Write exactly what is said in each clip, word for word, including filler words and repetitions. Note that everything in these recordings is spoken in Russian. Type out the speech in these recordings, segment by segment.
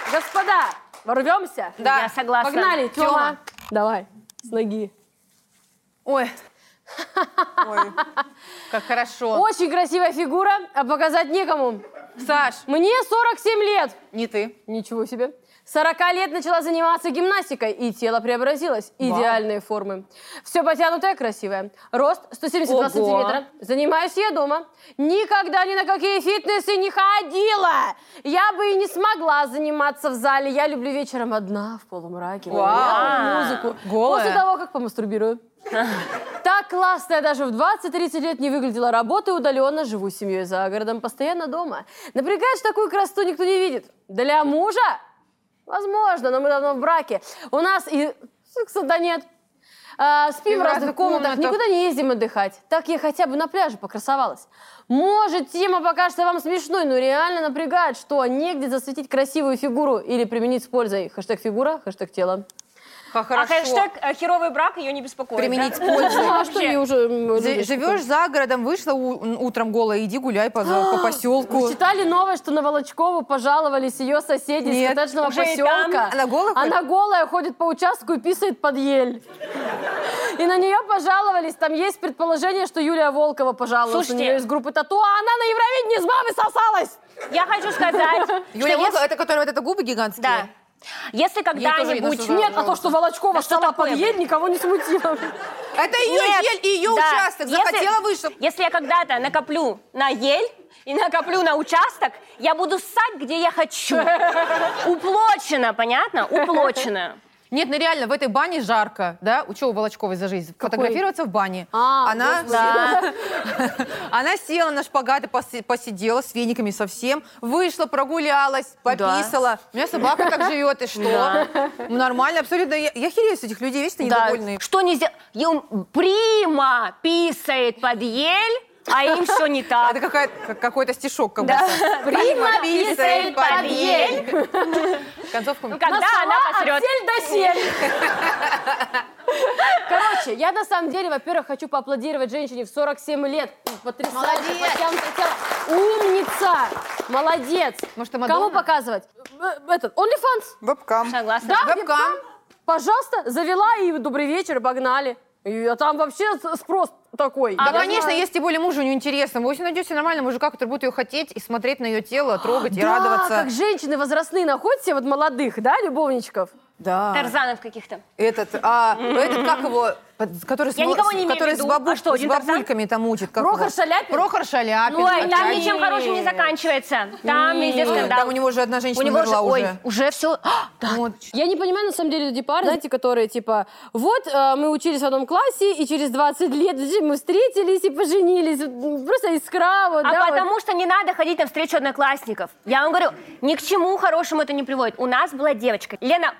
Господа, рвемся? Да. Я согласна. Погнали, Тёма. Тёма. Давай, с ноги. Ой. Ой, как хорошо. Очень красивая фигура, а показать некому. Саш, Мне сорок семь лет. не ты. Ничего себе. сорок лет начала заниматься гимнастикой, и тело преобразилось. Вау. Идеальные формы. Все потянутое, красивое. Рост сто семьдесят два Ого. сантиметра. Занимаюсь я дома. Никогда ни на какие фитнесы не ходила. Я бы и не смогла заниматься в зале. Я люблю вечером одна, в полумраке. Вау. Музыку. Голая. После того, как помастурбирую. Так классно, я даже в двадцать-тридцать лет не выглядела. Работаю удаленно, живу с семьей за городом, постоянно дома. Напрягает, что такую красоту никто не видит. Для мужа? Возможно, но мы давно в браке. У нас и секса-то нет. А, спим в разных комнатах, комнатах. никуда не ездим отдыхать. Так я хотя бы на пляже покрасовалась. Может, тема покажется вам смешной, но реально напрягает, что негде засветить красивую фигуру или применить с пользой. Хэштег фигура, хэштег тело. Как А хорошо. хэштег э, «Херовый брак» ее не беспокоит, Применить да? с пользой. А что мне уже... Ж- Живешь за городом, вышла у- утром голая, иди гуляй по, по поселку. Вы читали новость, что на Волочкову пожаловались ее соседи Нет. из коттеджного Уже и поселка? там? Она голая ходит? Она голая ходит по участку и писает под ель. И на нее пожаловались. Там есть предположение, что Юлия Волкова пожаловалась Слушайте. на нее из группы «Тату», а она на Евровидении с бабой сосалась. Я хочу сказать, Юля что Волкова, если- это которая вот это губы гигантские? Да. Если тоже видно, когда-нибудь... что Нет, а то, что Волочкова Да что встала такое, под ель, никого не смутило. Это ее Нет, ель и ее да. участок. Если- Захотела, вышла. Если я когда-то накоплю на ель и накоплю на участок, я буду ссать, где я хочу. Уплочено, понятно? Уплочено. Нет, ну реально, в этой бане жарко, да? У чего у Волочковой за жизнь? Фотографироваться в бане. А, она, господи. да. Она села на шпагат и поси- посидела с вениками совсем, вышла, прогулялась, пописала. У меня собака так живет, и что? Ну, нормально, абсолютно. Я, я херею с этих людей, вечно недовольные. Что нельзя... Им Прима писает под ель, а им все не так. Это какая- как- какой-то стишок, как Да. будто. Прима писает под ель. Концовка. Ну, когда На она слова посрет. от сель до сель. Короче, я на самом деле, во-первых, хочу поаплодировать женщине в сорок семь лет. Потрясающе, Молодец. потянутое тело. Умница! Молодец! Может, и Кому Мадонна? показывать? Э, Этот, OnlyFans. Вебкам. Согласна. Да, Вебкам. Пожалуйста, завела и добрый вечер, и погнали. И, а там вообще с- спрос такой. Да, Я конечно, знаю. если тем более мужу не интересно. Вы если найдете нормального мужика, который будет ее хотеть и смотреть на ее тело, трогать и Да, радоваться. как женщины возрастные находят себе вот молодых, да, любовничков? Да. Тарзанов каких-то. Этот, а, этот, как его, под- который, Я с, никого не имею который в виду. с, бабу- А что, с один Тарзан? бабульками там учит. Как Прохор его? Шаляпин? Прохор Шаляпин. Ой, там конечно. ничем хорошим не заканчивается. Там везде Ой, скандал. Там у него уже одна У женщина него умерла уже, ой, уже. уже все. Вот. Я не понимаю, на самом деле, эти пары, знаете, которые, типа, вот, э, мы учились в одном классе, и через двадцать лет мы встретились и поженились. Вот, просто искра, вот, А да, вот. потому что не надо ходить на встречу одноклассников. Я вам говорю, ни к чему хорошему это не приводит. У нас была девочка, Лена.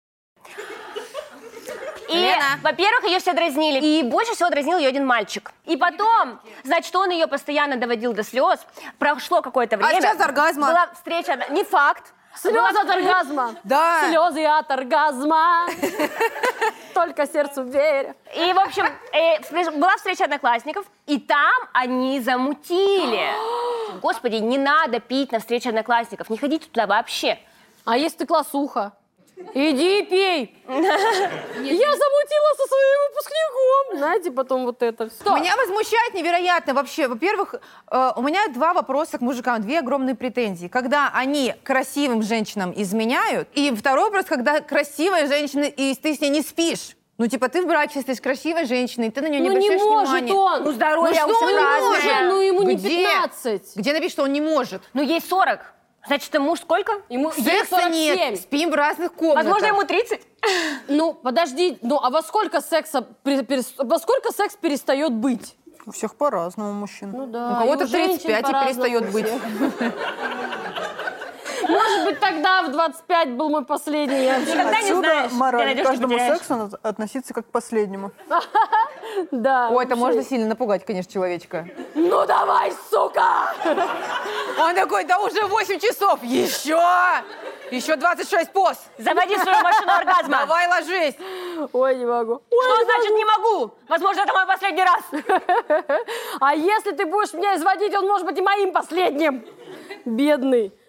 И, Лена. во-первых, ее все дразнили. И больше всего дразнил ее один мальчик. И потом, значит, он ее постоянно доводил до слез. Прошло какое-то время. сейчас до оргазма. Была встреча, не факт. Слезы от оргазма. Да. Слезы от оргазма. Только сердцу верю. И, в общем, э, встреч- была встреча одноклассников, и там они замутили. Господи, не надо пить на встрече одноклассников, не ходите туда вообще. А если ты классуха? Иди и пей. Я замутила со своим выпускником. Знаете, потом вот это все. Меня возмущает невероятно вообще. Во-первых, э, у меня два вопроса к мужикам, две огромные претензии. Когда они красивым женщинам изменяют, и второй вопрос, когда красивая женщина, и ты с ней не спишь. Ну, типа, ты в браке стоишь с красивой женщиной, ты на нее не Ну не обращаешь может внимания. он. Ну, здоровье Ну, у что всех он разное. может? Ну ему не Где? пятнадцать. Где напишет, что он не может? Ну, ей сорок. Значит, ты муж сколько? Ему ей Секса сорок семь. нет, спим в разных комнатах. Возможно, ему тридцать. Ну, подожди, ну а во сколько секса, пере- перес- во сколько секс перестает быть? У всех по-разному мужчин. Ну да. У кого-то и у женщин тридцать пять и по-разному перестает у быть. всех. Может быть, тогда в двадцать пять был мой последний. Я вообще- Никогда не Отсюда знаешь, где мораль. найдешь, К каждому что потеряешь. сексу надо относиться как к последнему. Да. Ой, это можно сильно напугать, конечно, человечка. Ну давай, сука! Он такой, да уже восемь часов. Еще! Еще двадцать шесть поз. Заводи свою машину оргазма. Давай ложись. Ой, не могу. Что значит не могу? Возможно, это мой последний раз. А если ты будешь меня изводить, он может быть и моим последним. Бедный.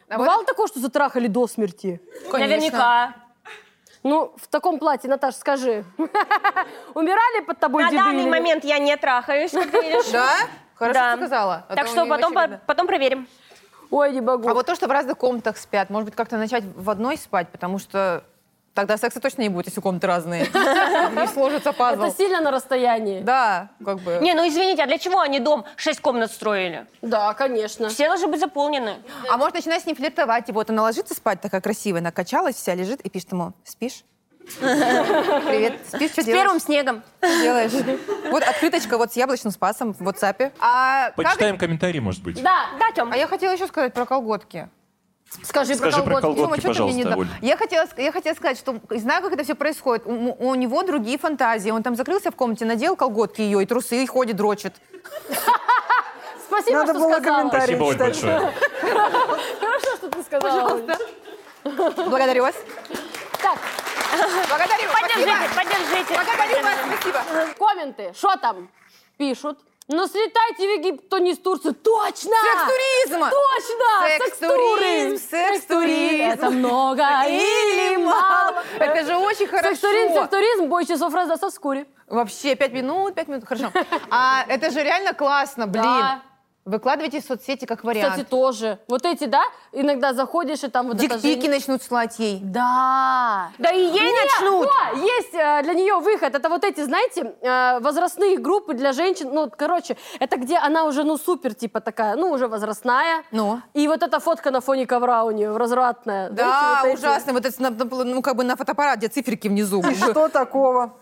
А Бывало вот- такое, что затрахали до смерти? Конечно. Наверняка. Ну, в таком платье, Наташа, скажи. Умирали под тобой На деды данный или- момент я не трахаюсь, как ты видишь. Да? Хорошо, Да. что сказала. А Так то что не потом, очень видно. по- потом проверим. Ой, не могу. А вот то, что в разных комнатах спят, может быть, как-то начать в одной спать, потому что тогда секса точно не будет, если комнаты разные. Не сложится пазл. Это сильно на расстоянии. Да, как бы. Не, ну извините, а для чего они дом шесть комнат строили? Да, конечно. Все должны быть заполнены. А может начинать с ним флиртовать. И вот она ложится спать, такая красивая, накачалась вся, лежит и пишет ему: спишь? Привет. Спишь, что С первым делаешь? снегом. Что делаешь? Вот открыточка вот с яблочным спасом в WhatsApp. А, как- Почитаем комментарии, может быть. Да, Да, Тём. а я хотела еще сказать про колготки. скажи, Скажи про про колготки. колготки. Дима, что ты мне не пожалуйста, дал? Оль. Я хотела, ск- я хотела сказать, что знаю, как это все происходит. У, у- у него другие фантазии. Он там закрылся в комнате, надел колготки ее и трусы, и ходит, дрочит. Спасибо, Надо что было сказала. комментарий Спасибо, Оль, читать. большое. Хорошо, что ты сказала. Оль. Благодарю вас. Так, Благодарю вас. Поддержите, Спасибо. поддержите. Благодарю вас. Спасибо. комменты. Что там пишут? Ну, слетайте в Египет, то не из Турции. Точно! Секс-туризм! Точно! Секс-туризм, секс-туризм. Это много или мало? Это же очень хорошо. Секс-туризм, секс-туризм, бой часов раздастся вскоре. Вообще, пять минут, пять минут, хорошо. А это же реально классно, блин. Да. Выкладывайте в соцсети как вариант. Кстати, тоже. Вот эти, да, иногда заходишь, и там вот это Дикпики же- начнут слать ей. Да. Да и ей Нет, начнут. о, есть э, для нее выход. Это вот эти, знаете, э, возрастные группы для женщин. Ну, короче, это где она уже, ну, супер, типа такая, ну, уже возрастная. Ну? И вот эта фотка на фоне ковра у нее, развратная. Да, Знаете, вот эти. ужасно. Вот это, на- на- ну, как бы на фотоаппарат, где циферки внизу. И что такого?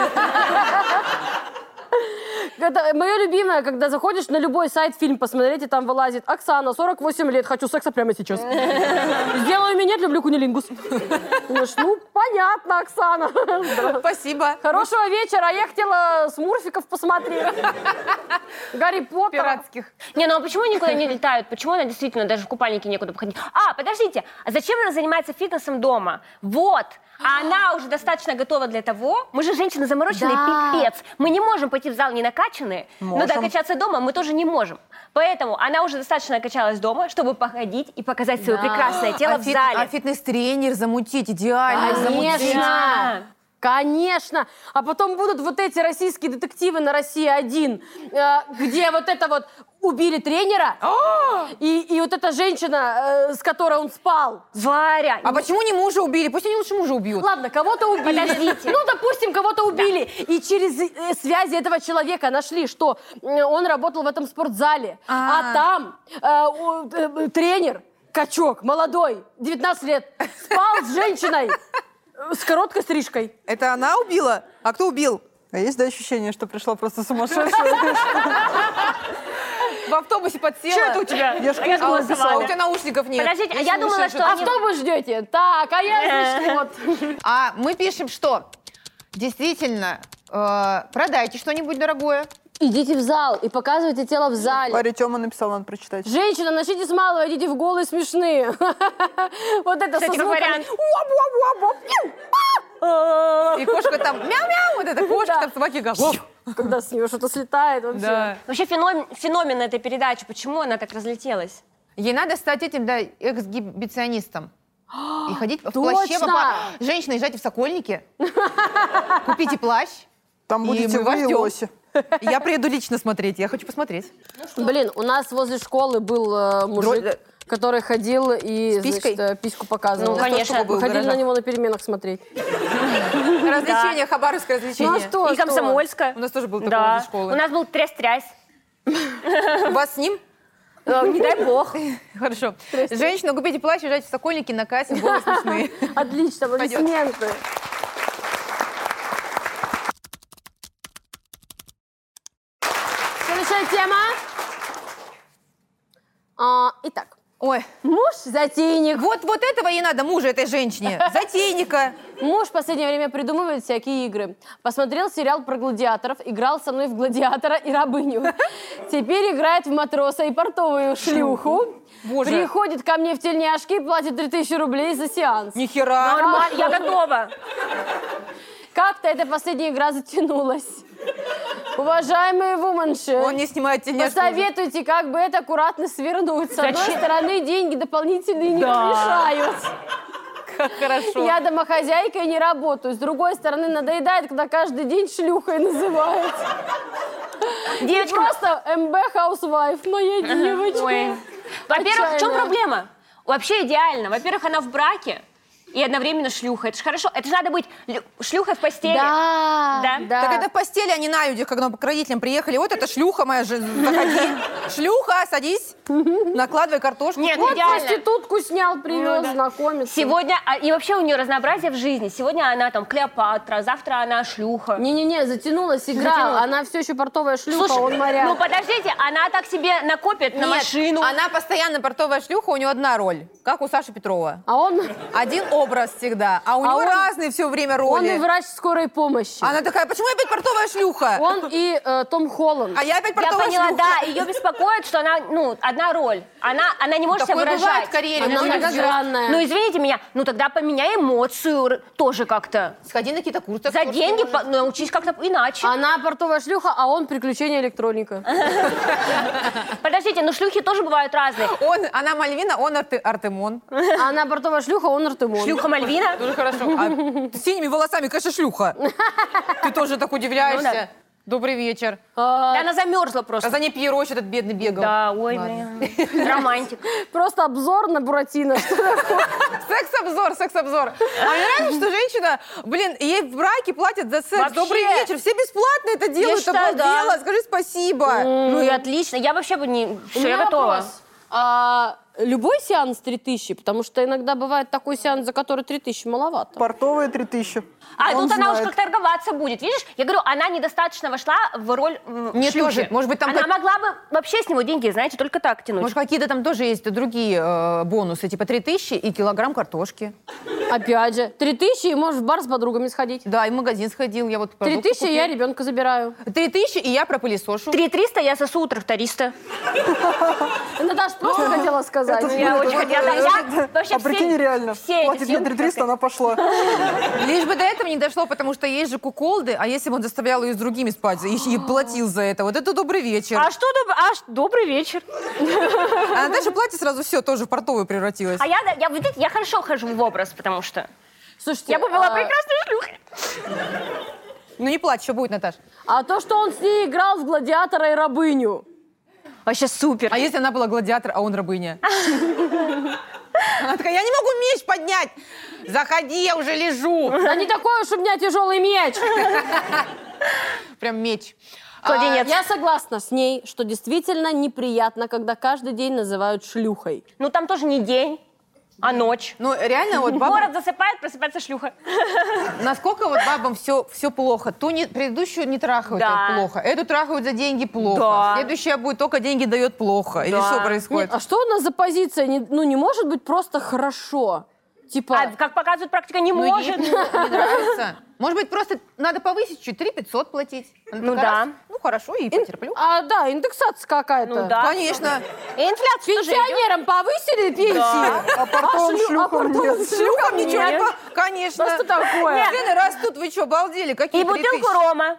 Это мое любимое, когда заходишь на любой сайт фильм посмотреть, и там вылазит: Оксана, сорок восемь лет, хочу секса прямо сейчас. Сделаю минет, люблю кунилингус. Думаешь, ну, понятно, Оксана. Спасибо. Хорошего вечера, я хотела смурфиков посмотреть. Гарри Поттера. Пиратских. Не, ну а почему они никуда не летают? Почему она действительно даже в купальнике некуда походить? А, подождите, а зачем она занимается фитнесом дома? Вот, а она уже достаточно готова для того. Мы же женщины замороченные, Да. пипец. Мы не можем пойти в зал не накачанные, но Можем. докачаться дома мы тоже не можем. Поэтому она уже достаточно накачалась дома, чтобы походить и показать свое Да. прекрасное тело а, в фит- зале. а фитнес-тренер замутить, идеально замутить. Конечно. Конечно. А потом будут вот эти российские детективы на Россия один, э, где вот это вот убили тренера, и, и вот эта женщина, э, с которой он спал. Варя, А почему не мужа убили? Пусть они лучше мужа убьют. Ладно, кого-то убили. Подождите. Ну, допустим, кого-то убили. И через э, связи этого человека нашли, что э, он работал в этом спортзале. А, А. там э, у- э, тренер, качок, молодой, девятнадцать лет, спал с женщиной э, с короткой стрижкой. Это она убила? А кто убил? А есть, да, ощущение, что пришла просто сумасшедшая? В автобусе подсела. что это у тебя? Я ж А я книжку думала, А написала. у тебя наушников нет. Подождите, а Не я думала, слушаешь, что А они- что вы ждете? Так, а я, значит, вот. А мы пишем, что действительно, э, продайте что-нибудь дорогое. Идите в зал и показывайте тело в зале. Ларри Тёма написал, надо прочитать. Женщина, начните с малого, идите в голые смешные. Вот это со Кстати, как звуками. вариант. Уап-уап-уап-уап. А. И кошка там мяу-мяу, вот эта кошка, Да. там собаки гав. Когда с нее что-то слетает вообще. Да. Вообще феномен, феномен этой передачи, почему она так разлетелась? Ей надо стать этим, да, эксгибиционистом. И ходить в Точно! плаще. по па- Женщина, езжайте в Сокольники, купите плащ. Там И будете мы вас вы и ждем. лоси. Я приеду лично смотреть, я хочу посмотреть. Блин, у нас возле школы был э, мужик, Дроль- который ходил и, С писькой? значит, э, письку показывал. Ну, конечно. Кто был Мы в ходили на гаражах? него на переменах смотреть. Развлечение, хабаровское развлечение. Ну а что? И Комсомольска. У нас тоже был такой Да. возле школы. У нас был тряс-тряс. У вас с ним? Э, Не дай бог. Хорошо. Женщина, купите плащ, езжайте в Сокольники на кассе, голые смешные. Отлично, аплодисменты. Следующая тема. А, итак, Ой, муж затейник. вот, вот этого ей надо, мужа этой женщине. Затейника. Муж в последнее время придумывает всякие игры. Посмотрел сериал про гладиаторов, играл со мной в гладиатора и рабыню. Теперь играет в матроса и портовую шлюху. Боже. Приходит ко мне в тельняшки и платит три тысячи рублей за сеанс. Нихера. Нормально, я готова. Как-то эта последняя игра затянулась. Уважаемые вуменши, Он не снимает тельняшку. посоветуйте, как бы это аккуратно свернуть. С одной Зачем? стороны, деньги дополнительные не Да. помешают. Как хорошо. Я домохозяйка и не работаю. С другой стороны, надоедает, когда каждый день шлюхой называют. Девочка, Просто эм бэ Housewife, моя девочка. ой. Во-первых, в чем Отчаянная. проблема? Вообще идеально. Во-первых, она в браке и одновременно шлюха. Это же хорошо. Это же надо быть лю- шлюхой в постели. Да, Да. да. Так это в постели, а не на людях, когда мы к родителям приехали. Вот это шлюха моя же, заходи. Шлюха, садись, накладывай картошку. Нет, Вот идеально. проститутку снял, привез, Ну да. знакомиться. Сегодня, а, и вообще у нее разнообразие в жизни. Сегодня она там Клеопатра, завтра она шлюха. Не-не-не, затянулась игра. Затянулась. Она все еще портовая шлюха, Слушай, он моряк. ну подождите, она так себе накопит на Нет, машину. она постоянно портовая шлюха, у нее одна роль, как у Саши Петрова. А он, Один образ всегда, а у А него он- разные все время он роли. и врач скорой помощи. Она такая, почему я опять портовая шлюха? Он и э, Том Холланд. А я опять Я портовая поняла, шлюха. да, ее беспокоит, что она, ну, одна роль. Она, она не может себя Такое выражать. бывает в карьере. Она ну, многогранная. Ну, извините меня, ну тогда поменяй эмоцию р- тоже как-то. Сходи на какие-то курсы. За актерские, деньги может. по- научись как-то иначе. Она портовая шлюха, а он приключения электроника. Подождите, ну шлюхи тоже бывают разные. Он, она Мальвина, он Арте- Артемон. А она портовая шлюха, он Артемон. Шлюха Мальвина. Тоже хорошо. А с синими волосами, конечно, шлюха. Ты тоже так удивляешься. Ну да. Добрый вечер. Да она замерзла А просто. за ней Пьеро еще этот бедный бегал. Да, ой, Ладно. блин. Романтик. Просто обзор на Буратино. Секс-обзор, секс-обзор. А мне нравится, что женщина, блин, ей в браке платят за секс. Вообще. Добрый вечер. Все бесплатно это делают. считаю, да. Обалдела. Скажи спасибо. Ну и отлично. Я вообще бы не... У Все, меня я готова. вопрос. А любой сеанс три тысячи? Потому что иногда бывает такой сеанс, за который три тысячи маловато. Портовые три тысячи. А Он тут она уж знает. как торговаться будет. Видишь, я говорю, она недостаточно вошла в роль м, Мне шлюхи. тоже. Может быть, там Она как- могла бы вообще с него деньги, знаете, только так тянуть. Может, какие-то там тоже есть другие э, бонусы, типа три тысячи и килограмм картошки. Опять же, три тысячи и можешь в бар с подругами сходить. Да, и в магазин сходил, я вот Три продукты тысячи купил. я ребенка забираю. Три тысячи, и я пропылесошу. Три триста я сосу у тракториста. Наташа просто хотела сказать. Это Я будет, очень вот, хотела. э, Я вообще А прикинь, все- реально. все эти Платит мне съемки три триста, она пошла. Лишь бы до этого не дошло, потому что есть же куколды, а если бы он заставлял ее с другими спать и, и платил за это, вот это добрый вечер. А что добр... а, ш- добрый вечер. А Наташа платье сразу все тоже в портовую превратилась. А я, я, видите, я хорошо хожу в образ, потому что Слушайте, я бы была а, прекрасной шлюхой. Ну не плачь, что будет, Наташ? а то, что он с ней играл в гладиатора и рабыню. Вообще супер. А если она была гладиатор, а он рабыня? Она такая, я не могу меч поднять. Заходи, я уже лежу. Да не такой уж у меня тяжелый меч. Прям меч. Кладенец. А, я согласна с ней, что действительно неприятно, когда каждый день называют шлюхой. Ну там тоже не день, а ночь. Ну реально вот баба, Город засыпает, просыпается шлюха. насколько вот бабам все, все плохо. Ту не, предыдущую не трахают Да. так плохо. Эту трахают за деньги плохо. Да. Следующая будет только деньги дает плохо. Или Да. что происходит? Нет, а что у нас за позиция? Не- ну, не может быть просто хорошо. Типа, А как показывает практика, не Ну, может. ей не нравится. Может быть, просто надо повысить чуть три пятьсот платить. Она Ну такая, да. раз, ну хорошо, и потерплю. а, да, индексация какая-то. Ну да. Конечно. И инфляция тоже идет. Пенсионерам повысили пенсии? А портовым шлю- а шлюхам портовым нет. Шлюхам ничего не Нет. по... Конечно. Да что такое? Цены растут, вы что, обалдели? Какие И три бутылку тысячи? рома.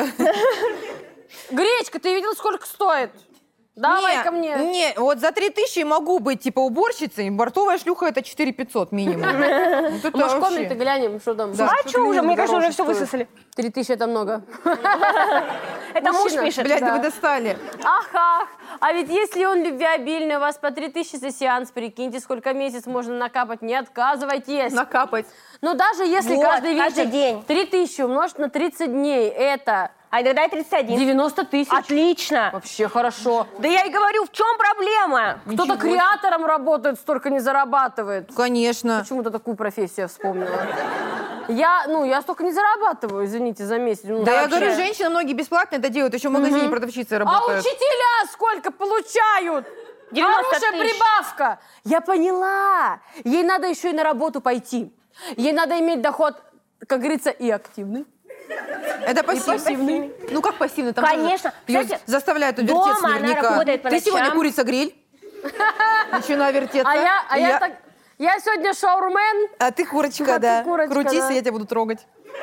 Гречка, ты видел, сколько стоит? Давай Не, ко мне. Не, вот за три тысячи могу быть типа уборщицей. Бортовая шлюха это четыре пятьсот минимум. Вот это Может, вообще. комнаты глянем, что там? Да. А что уже? Мне кажется, уже все дороже высосали. Три тысячи это много. Это муж Мужчина, пишет. Блядь, да Да. вы достали. Ах, ах. А ведь если он любвеобильный, у вас по три тысячи за сеанс, прикиньте, сколько месяц можно накапать, не отказывайтесь. Накапать. Ну, даже если Вот, каждый вечер... каждый день. три тысячи умножить на тридцать дней, это А иногда и тридцать один. девяносто тысяч. Отлично. Вообще хорошо. Да я и говорю, в чем проблема? Кто-то креатором работает, столько не зарабатывает. Конечно. Почему-то такую профессию я вспомнила. Я, ну, я столько не зарабатываю, извините, за месяц. Ну, Да я вообще. говорю, женщины многие бесплатно это делают, еще в магазине продавщицы А работают. учителя сколько получают? девяносто Хорошая тысяч. прибавка. Я поняла. Ей надо еще и на работу пойти. Ей надо иметь доход, как говорится, и активный. Это пассивный. пассивный. Ну как пассивный? Там Конечно. тоже пьет- Кстати, заставляют дома вертеться она наверняка. работает по Ты сегодня ночам. курица-гриль? Начинаю вертеться. А я, а И я, так, я сегодня шаурмен. А ты курочка, А ты да. курочка, Крутись, да. и я тебя буду трогать.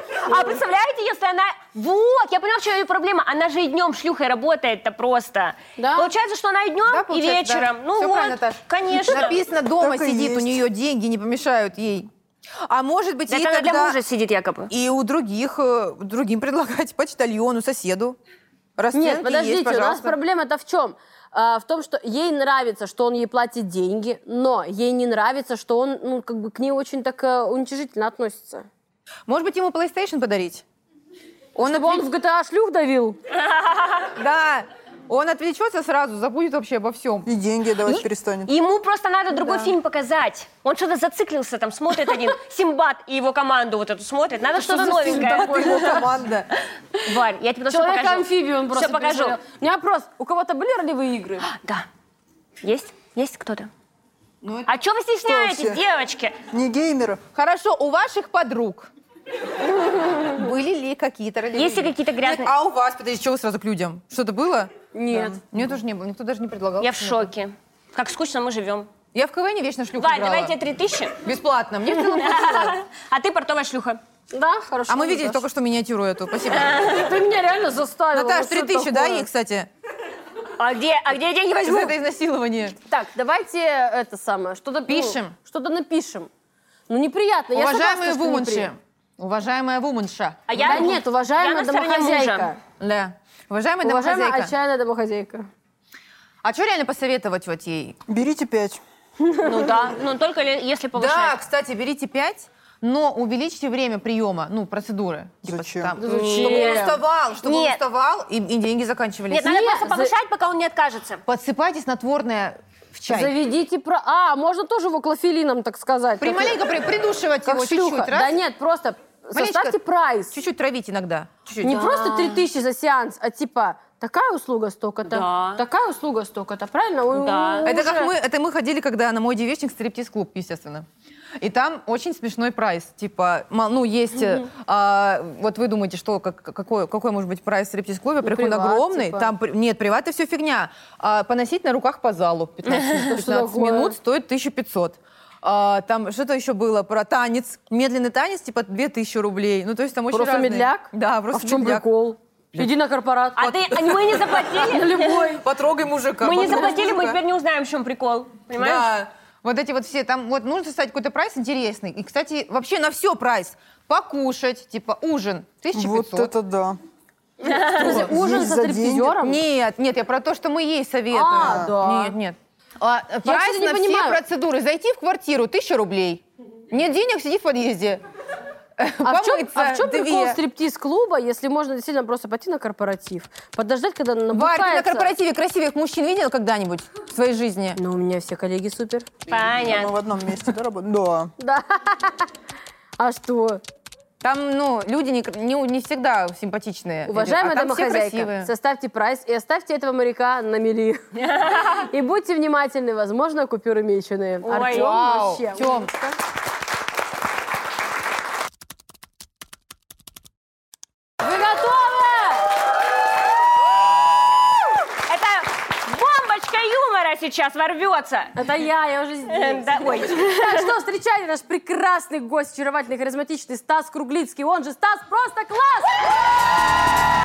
А представляете, если она... Вот, я поняла, в чем ее проблема. Она же и днем шлюхой работает-то просто. Да? Получается, что она и днем, Да, и получается, вечером. да. Ну Всё вот, правильно, Таш. конечно. Написано, дома Так и сидит, у есть. нее деньги не помешают ей. А может быть, Это ей она для тогда мужа сидит якобы. и у других, э, другим предлагать, почтальону, соседу. Расценки Нет, подождите, есть, у нас пожалуйста. проблема-то в чем? А, в том, что ей нравится, что он ей платит деньги, но ей не нравится, что он, ну, как бы к ней очень так э, уничижительно относится. Может быть, ему PlayStation подарить? Он Чтобы он в джи ти эй шлюх давил. Да, он отвлечется сразу, забудет вообще обо всем. И деньги давать перестанет. Ему просто надо другой фильм показать. Он что-то зациклился, там смотрит один, Симбад и его команду вот эту смотрит. Надо что-то новенькое. Его команда. Варь, я тебе все покажу. Человек-амфибию он просто Все покажу. пересмотрел. У меня вопрос, у кого-то были ролевые игры? Да. Есть? Есть кто-то? Ну, А что вы стесняетесь, все? девочки? Не геймеров. Хорошо, у ваших подруг были ли какие-то ролевые Есть ли игры? какие-то грязные... Нет, а у вас, подожди, что вы сразу к людям? Что-то было? Нет. Мне тоже не было, никто даже не предлагал. Я в шоке. Как скучно мы живем. Я в КВН вечно шлюху Варь, играла. давайте три тысячи. Бесплатно. Мне в целом хватило. А ты портовая шлюха. Да, хорошо. А мы видели Наташ. только что миниатюру эту. Спасибо. Ты меня реально заставила. Наташ, ну три что тысячи, да, такое? ей, кстати? А где, а где я деньги возьму? За это изнасилование. Так, давайте это самое, что-то... ну, Пишем. что-то напишем. Ну, неприятно. Я Уважаемые согласна, что вуменши. неприятно. Уважаемая вуменша. А Да нет, уважаемая я на стороне домохозяйка. мужа. Да. Уважаемая Уважаемая домохозяйка. отчаянная домохозяйка. А что реально посоветовать вот ей? Берите пять. Ну да, ну только ли- если Да, повышать. кстати, берите пять, но увеличьте время приема, ну, процедуры. Типа, Зачем? там, Да зачем? чтобы он уставал, чтобы он Нет. уставал, и, и деньги заканчивались. Нет, надо Нет, просто за- повышать, пока он не откажется. Подсыпайте снотворное в чай. Заведите про... А, можно тоже его клофелином, так сказать. При, как- маленько при, придушивать как его шлюха. чуть-чуть. Раз, Да нет, просто Маленечко. составьте прайс. чуть-чуть травить иногда. Чуть-чуть. Не Да. просто три тысячи за сеанс, а типа такая услуга столько-то, Да. такая услуга столько-то, правильно? У- Да. у- Это уже- как мы, это мы ходили, когда на мой девичник стриптиз-клуб, естественно. И там очень смешной прайс. Типа, ма- ну, есть... э, а, вот вы думаете, что, как- какой, какой может быть прайс в стриптиз-клубе? Во-первых, он приват, огромный. типа. Там, при- нет, приват — это все фигня. А, поносить на руках по залу пятнадцать пятнадцать такое? минут стоит тысяча пятьсот. А, там что-то еще было про танец. Медленный танец, типа, две тысячи рублей. Ну, то есть там очень Просто разные. медляк? Да, А просто в чем медляк. прикол? Иди на корпорат. А ты, а мы не заплатили? Любой. Потрогай мужика. Мы не потрогай заплатили, мы мужика. теперь не узнаем, в чем прикол. Понимаешь? Да. Вот эти вот все, там вот нужно составить какой-то прайс интересный. И, кстати, вообще на все прайс. Покушать, типа ужин, тысяча пятьсот. Вот это да. Ужин Есть со за деньги? стриптизером? Нет, нет, я про то, что мы ей советуем. А, да. Нет, нет. А, прайс кстати, не на понимаю. все процедуры. Зайти в квартиру, тысяча рублей. Нет денег, сиди в подъезде. А в чем, Помыться а в чем две. прикол стриптиз-клуба, если можно действительно просто пойти на корпоратив? Подождать, когда Варь, ты на набухается? корпоративе красивых мужчин видела когда-нибудь в своей жизни? Ну, у меня все коллеги супер. Мы Понятно. в одном месте, да, работаем? Да. Да. А что? Там, ну, люди не, не, не всегда симпатичные. Уважаемая а там все домохозяйка, красивые. составьте прайс и оставьте этого моряка на мели. И будьте внимательны, возможно, купюры меченые. Ой, Артем вау, вообще. Тём. Вы готовы? Это бомбочка юмора сейчас ворвется. Это я, я уже Э, здесь. да, ой. Так что встречайте наш прекрасный гость, очаровательный, харизматичный Стас Круглицкий. Он же Стас просто класс!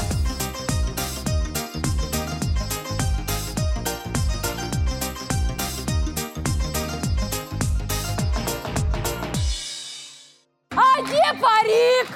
А где парик?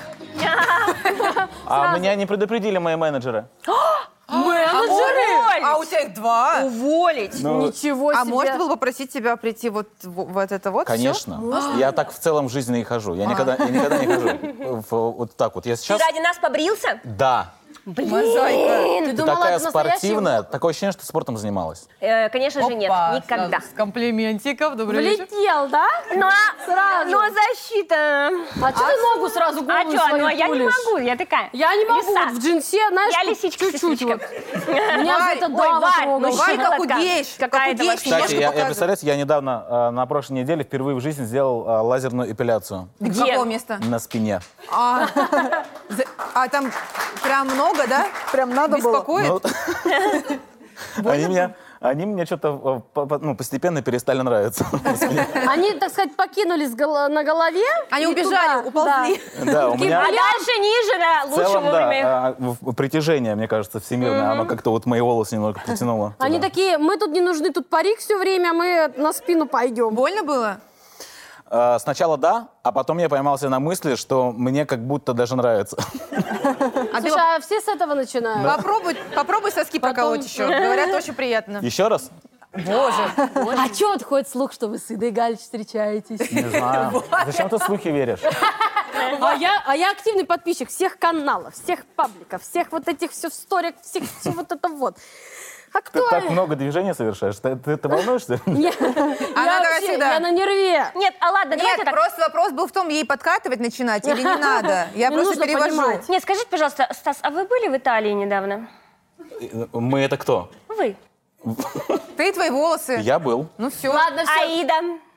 А меня не предупредили мои менеджеры. Менеджеры! А у тебя их два? Уволить. Ну, Ничего себе. А можно было попросить тебя прийти вот в вот это вот? конечно. Я так в целом в жизни и хожу. Я никогда, я никогда не хожу в- вот так вот. Я Ты сейчас... ради нас побрился? Да. Мозаика. Ты думала, Такая это настоящий- спортивная. Такое ощущение, что ты спортом занималась. Э, конечно же, нет. Опа, Никогда. сразу С комплиментиков. Добрый вечер. Влетел, да? Ну, а, Сразу. ну, а защита. А что ты ногу сразу А голую что? свою Ну, а я не тулишь? могу, я такая. Я не могу, Лиса. вот в джинсе, знаешь, Я тут лисичка, чуть-чуть сестричка. вот. Меня за Варь, это ой, дало Варь, трогать. ну, Варь, как щиколотка. удеешь, как Какая-то удеешь. вообще. Кстати, Немножко я, я, показывай. представляете, я недавно, э, на прошлой неделе, впервые в жизни сделал э, лазерную эпиляцию С Где? какого места? на спине. А, за- а там прям много, да? Прям надо было. Беспокоит? Ну, Они меня Они мне что-то э, по- ну, постепенно перестали нравиться. Они, так сказать, покинули с гол- на голове. Они и убежали, туда, уползли. Да, у меня А дальше ниже, да, в лучше целом, вовремя. да, а, в- притяжение, мне кажется, всемирное. Оно как-то вот мои волосы немного притянуло. да. Они туда. такие, мы тут не нужны, тут парик все время, мы на спину пойдем. Больно было? Э, Сначала да, а потом я поймался на мысли, что мне как будто даже нравится. А ты Слушай, а все с этого начинают? попробуй, попробуй соски проколоть еще. Говорят, очень приятно. Еще раз? Боже. А что вот ходит слух, что вы с Идой Галич встречаетесь? Не знаю. Зачем ты в слухи веришь? А я, а я активный подписчик всех каналов, всех пабликов, всех вот этих все в сторик, всех все вот это вот. А Ты кто? так много движений совершаешь. Ты, ты, ты волнуешься? Я, Она я такая вообще, всегда. я на нерве. Нет, а ладно, Нет, давайте так. просто вопрос был в том, ей подкатывать начинать или не надо. Я Не просто нужно перевожу. понимать. Нет, скажите, пожалуйста, Стас, а вы были в Италии недавно? Мы это кто? Вы. Ты и твои волосы. Я был. Ну все. Ладно, все. Аида.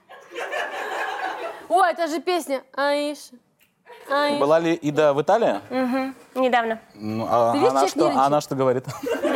О, это же песня. Аиша. Аиша. Была ли Ида в Италии? Недавно. Ну, а Ты видишь, она, человек что, нервничает. а она что говорит?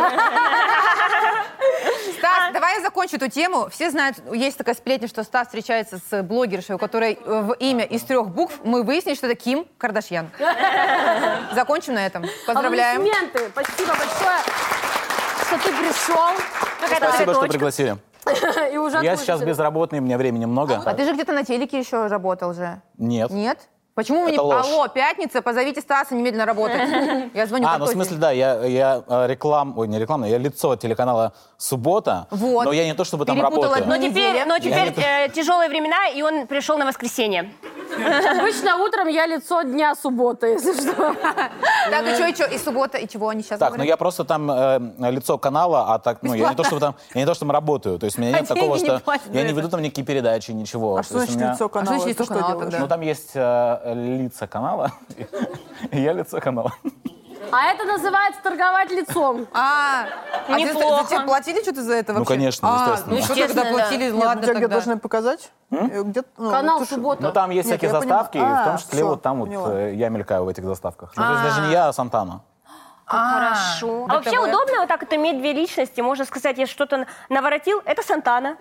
Стас, давай я закончу эту тему. Все знают, есть такая сплетня, что Стас встречается с блогершей, у которой э, в имя из трех букв. Мы выяснили, что это Ким Кардашьян. Закончим на этом. Поздравляем. Аплодисменты. Спасибо большое, что ты пришел. Спасибо, что пригласили. И уже Я отпустили. сейчас безработный, мне времени много. А ты же где-то на телеке еще работал же. Нет. Нет? Почему вы не... Это ложь. Алло, пятница, позовите Стаса немедленно работать. Я звоню А, как ну в только. смысле, да, я, я э, реклам, ой, не рекламный, я лицо телеканала «Суббота», Вот. но я не то чтобы там Перепутала работаю. Но дни. теперь, Неделя. но теперь не то- э, тяжелые времена, и он пришел на воскресенье. Обычно утром я лицо дня субботы, если что. Так, и что, и что, и суббота, и чего они сейчас Так, ну говорят? я просто там э, лицо канала, а так, ну я не то чтобы там, я не то чтобы там работаю, то есть у меня А нет такого, деньги не что платят я за не это. веду там никакие передачи, ничего. А То что есть у значит меня- лицо канала? значит Ты лицо что канала делаешь? тогда? Ну там есть э, лица канала, и я лицо канала. А это называется торговать лицом. А, а тебе- Неплохо. за тебе платили что-то за это Ну, вообще? конечно, А, естественно. ну что Естественно, тогда да. платили, Нет, ладно тебя где тогда. должны показать? Э, где- ну, Канал ты ж- «Суббота». Ну там есть Нет, всякие я понимаю. заставки, и в А, том числе всё, вот там вот поняла. э, я мелькаю в этих заставках. Ну, то есть даже не я, а Сантана. Хорошо. А вообще ДТВ. удобно вот так вот иметь две личности. Можно сказать, я что-то наворотил, это Сантана.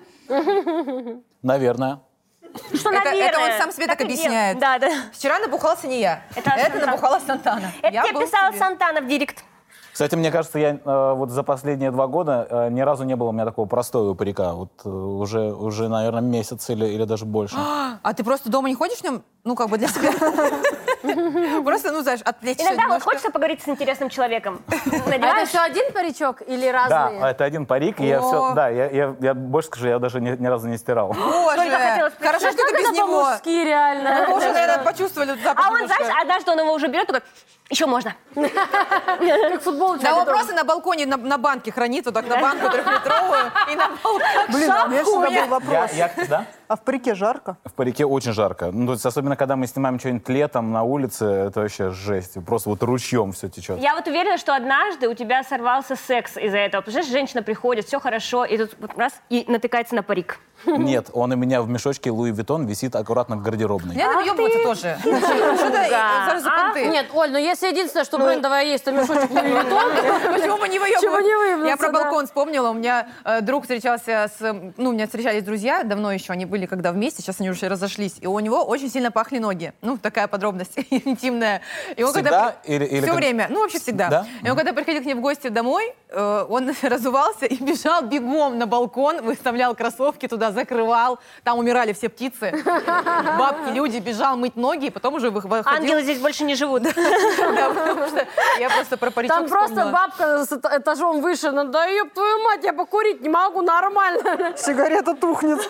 Наверное. Что, Это- наверное. это он сам себе так и объясняет. делал. Да, да. Вчера набухался не я. Это Это, Сантана. набухалась Сантана. Это Я тебе был писала себе. Сантана в директ. Кстати, мне кажется, я э, вот за последние два года э, ни разу не было у меня такого простого парика. Вот э, уже, уже, наверное, месяц или, или даже больше. А ты просто дома не ходишь в нем? Ну, как бы для себя. Просто, ну, знаешь, отвлечься Иногда вот немножко. хочется поговорить с интересным человеком. А это Надеваешь? все один паричок или Да, разные? это один парик, и я О. все, да, я, я, я больше скажу, я даже ни, ни разу не стирал. Боже, хотела спросить, хорошо, что Как ты без это него. по-мужски, реально? Мы уже, наверное, почувствовали этот запах А он, немножко. знаешь, однажды он его уже берет, такой, еще можно. Как футбол у тебя Да он дома. просто на балконе на, на банке хранит, вот так на банку трехлитровую и на балкон. Блин, а у меня всегда был Я, вопрос. я- да? А в парике жарко? В парике очень жарко. Ну, то есть, особенно, когда мы снимаем что-нибудь летом на улице, это вообще жесть. Просто вот ручьем все течет. Я вот уверена, что однажды у тебя сорвался секс из-за этого. Потому что женщина приходит, все хорошо, и тут вот раз, и натыкается на парик. Нет, он у меня в мешочке Луи Виттон висит аккуратно в гардеробной. Не надо въебываться тоже. Что это Да. за за понты? Нет, Оль, ну если единственное, что брендовое есть, то мешочек Луи Виттон. Почему мы не выебываем? Чего не выебнуться, Я про да. балкон вспомнила. У меня э, друг встречался с... Ну, у меня встречались друзья, давно еще они были когда вместе, сейчас они уже разошлись. И у него очень сильно пахли ноги. Ну, такая подробность интимная. И он Всегда или- или Все как- время. Ну, вообще всегда. Да? И он когда приходил к ней в гости домой, э, он разувался и бежал бегом на балкон, выставлял кроссовки туда, закрывал. Там умирали все птицы. Бабки, люди, бежал мыть ноги, и потом уже выходил. Ангелы здесь больше не живут. Да, потому что я просто про паричок Там просто вспомнила. бабка с эта- этажом выше. Ну да ёб твою мать, я покурить не могу нормально. Сигарета тухнет.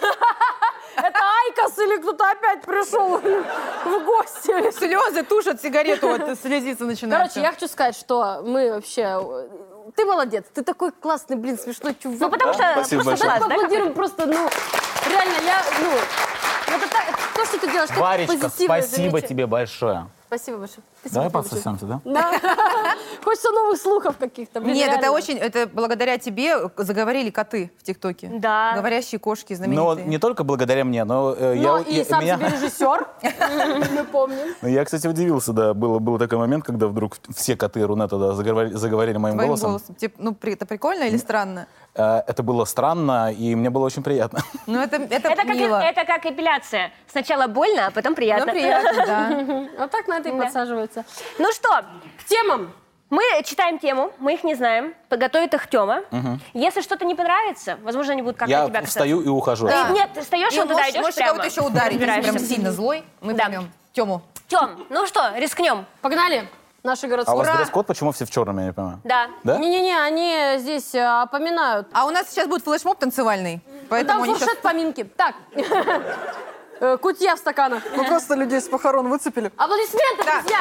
Это Айкос или кто-то опять пришел в гости? Слезы тушат сигарету, вот слезиться начинает. Короче, я хочу сказать, что мы вообще... Ты молодец, ты такой классный, блин, смешной чувак. Ну, потому что Спасибо просто большое. класс, да? Поаплодируем просто, ну, реально, я, ну, вот это, это то, что ты делаешь, как Варечка, позитивное спасибо замечание. тебе большое. Спасибо большое. Спасибо Давай тебе большое. подсосемся, да? Да. Хочется новых слухов каких-то. Блин, Нет, это реально. очень, это благодаря тебе заговорили коты в ТикТоке. Да. Говорящие кошки Но знаменитые. не только благодаря мне, но э, Но я... и я- сам меня- себе режиссер, мы помним. Ну, я, кстати, удивился, да. Было, был такой момент, когда вдруг все коты Рунета да, заговорили, заговорили моим Твоим голосом. голосом. Типа, ну, при- это прикольно или странно? Э, Это было странно, и мне было очень приятно. Ну, это, это, Это как, мило. это как эпиляция. Сначала больно, а потом приятно. Ну, приятно, да. Вот так на это и подсаживается. Ну что, К темам. мы читаем тему, мы их не знаем, подготовит их Тёма. Если что-то не понравится, возможно, они будут как-то Я тебя касаться. встаю и ухожу. Ты- Да. Нет, ты встаешь, И вот туда можешь, идешь можешь прямо. кого-то еще ударить, если прям Разбираешься. сильно злой. Мы Да. поймем. Тему. Тём, ну что, рискнем? Погнали. Наши А у городские. вас Ура! дресс-код почему все в черном, я не понимаю? Да. Да? Не-не-не, они здесь э, опоминают. А у нас сейчас будет флешмоб танцевальный. Ну, Поэтому там они фуршет щас- поминки. Так. Э, Кутья в стаканах. Ну просто людей с похорон выцепили. Аплодисменты, Да. друзья!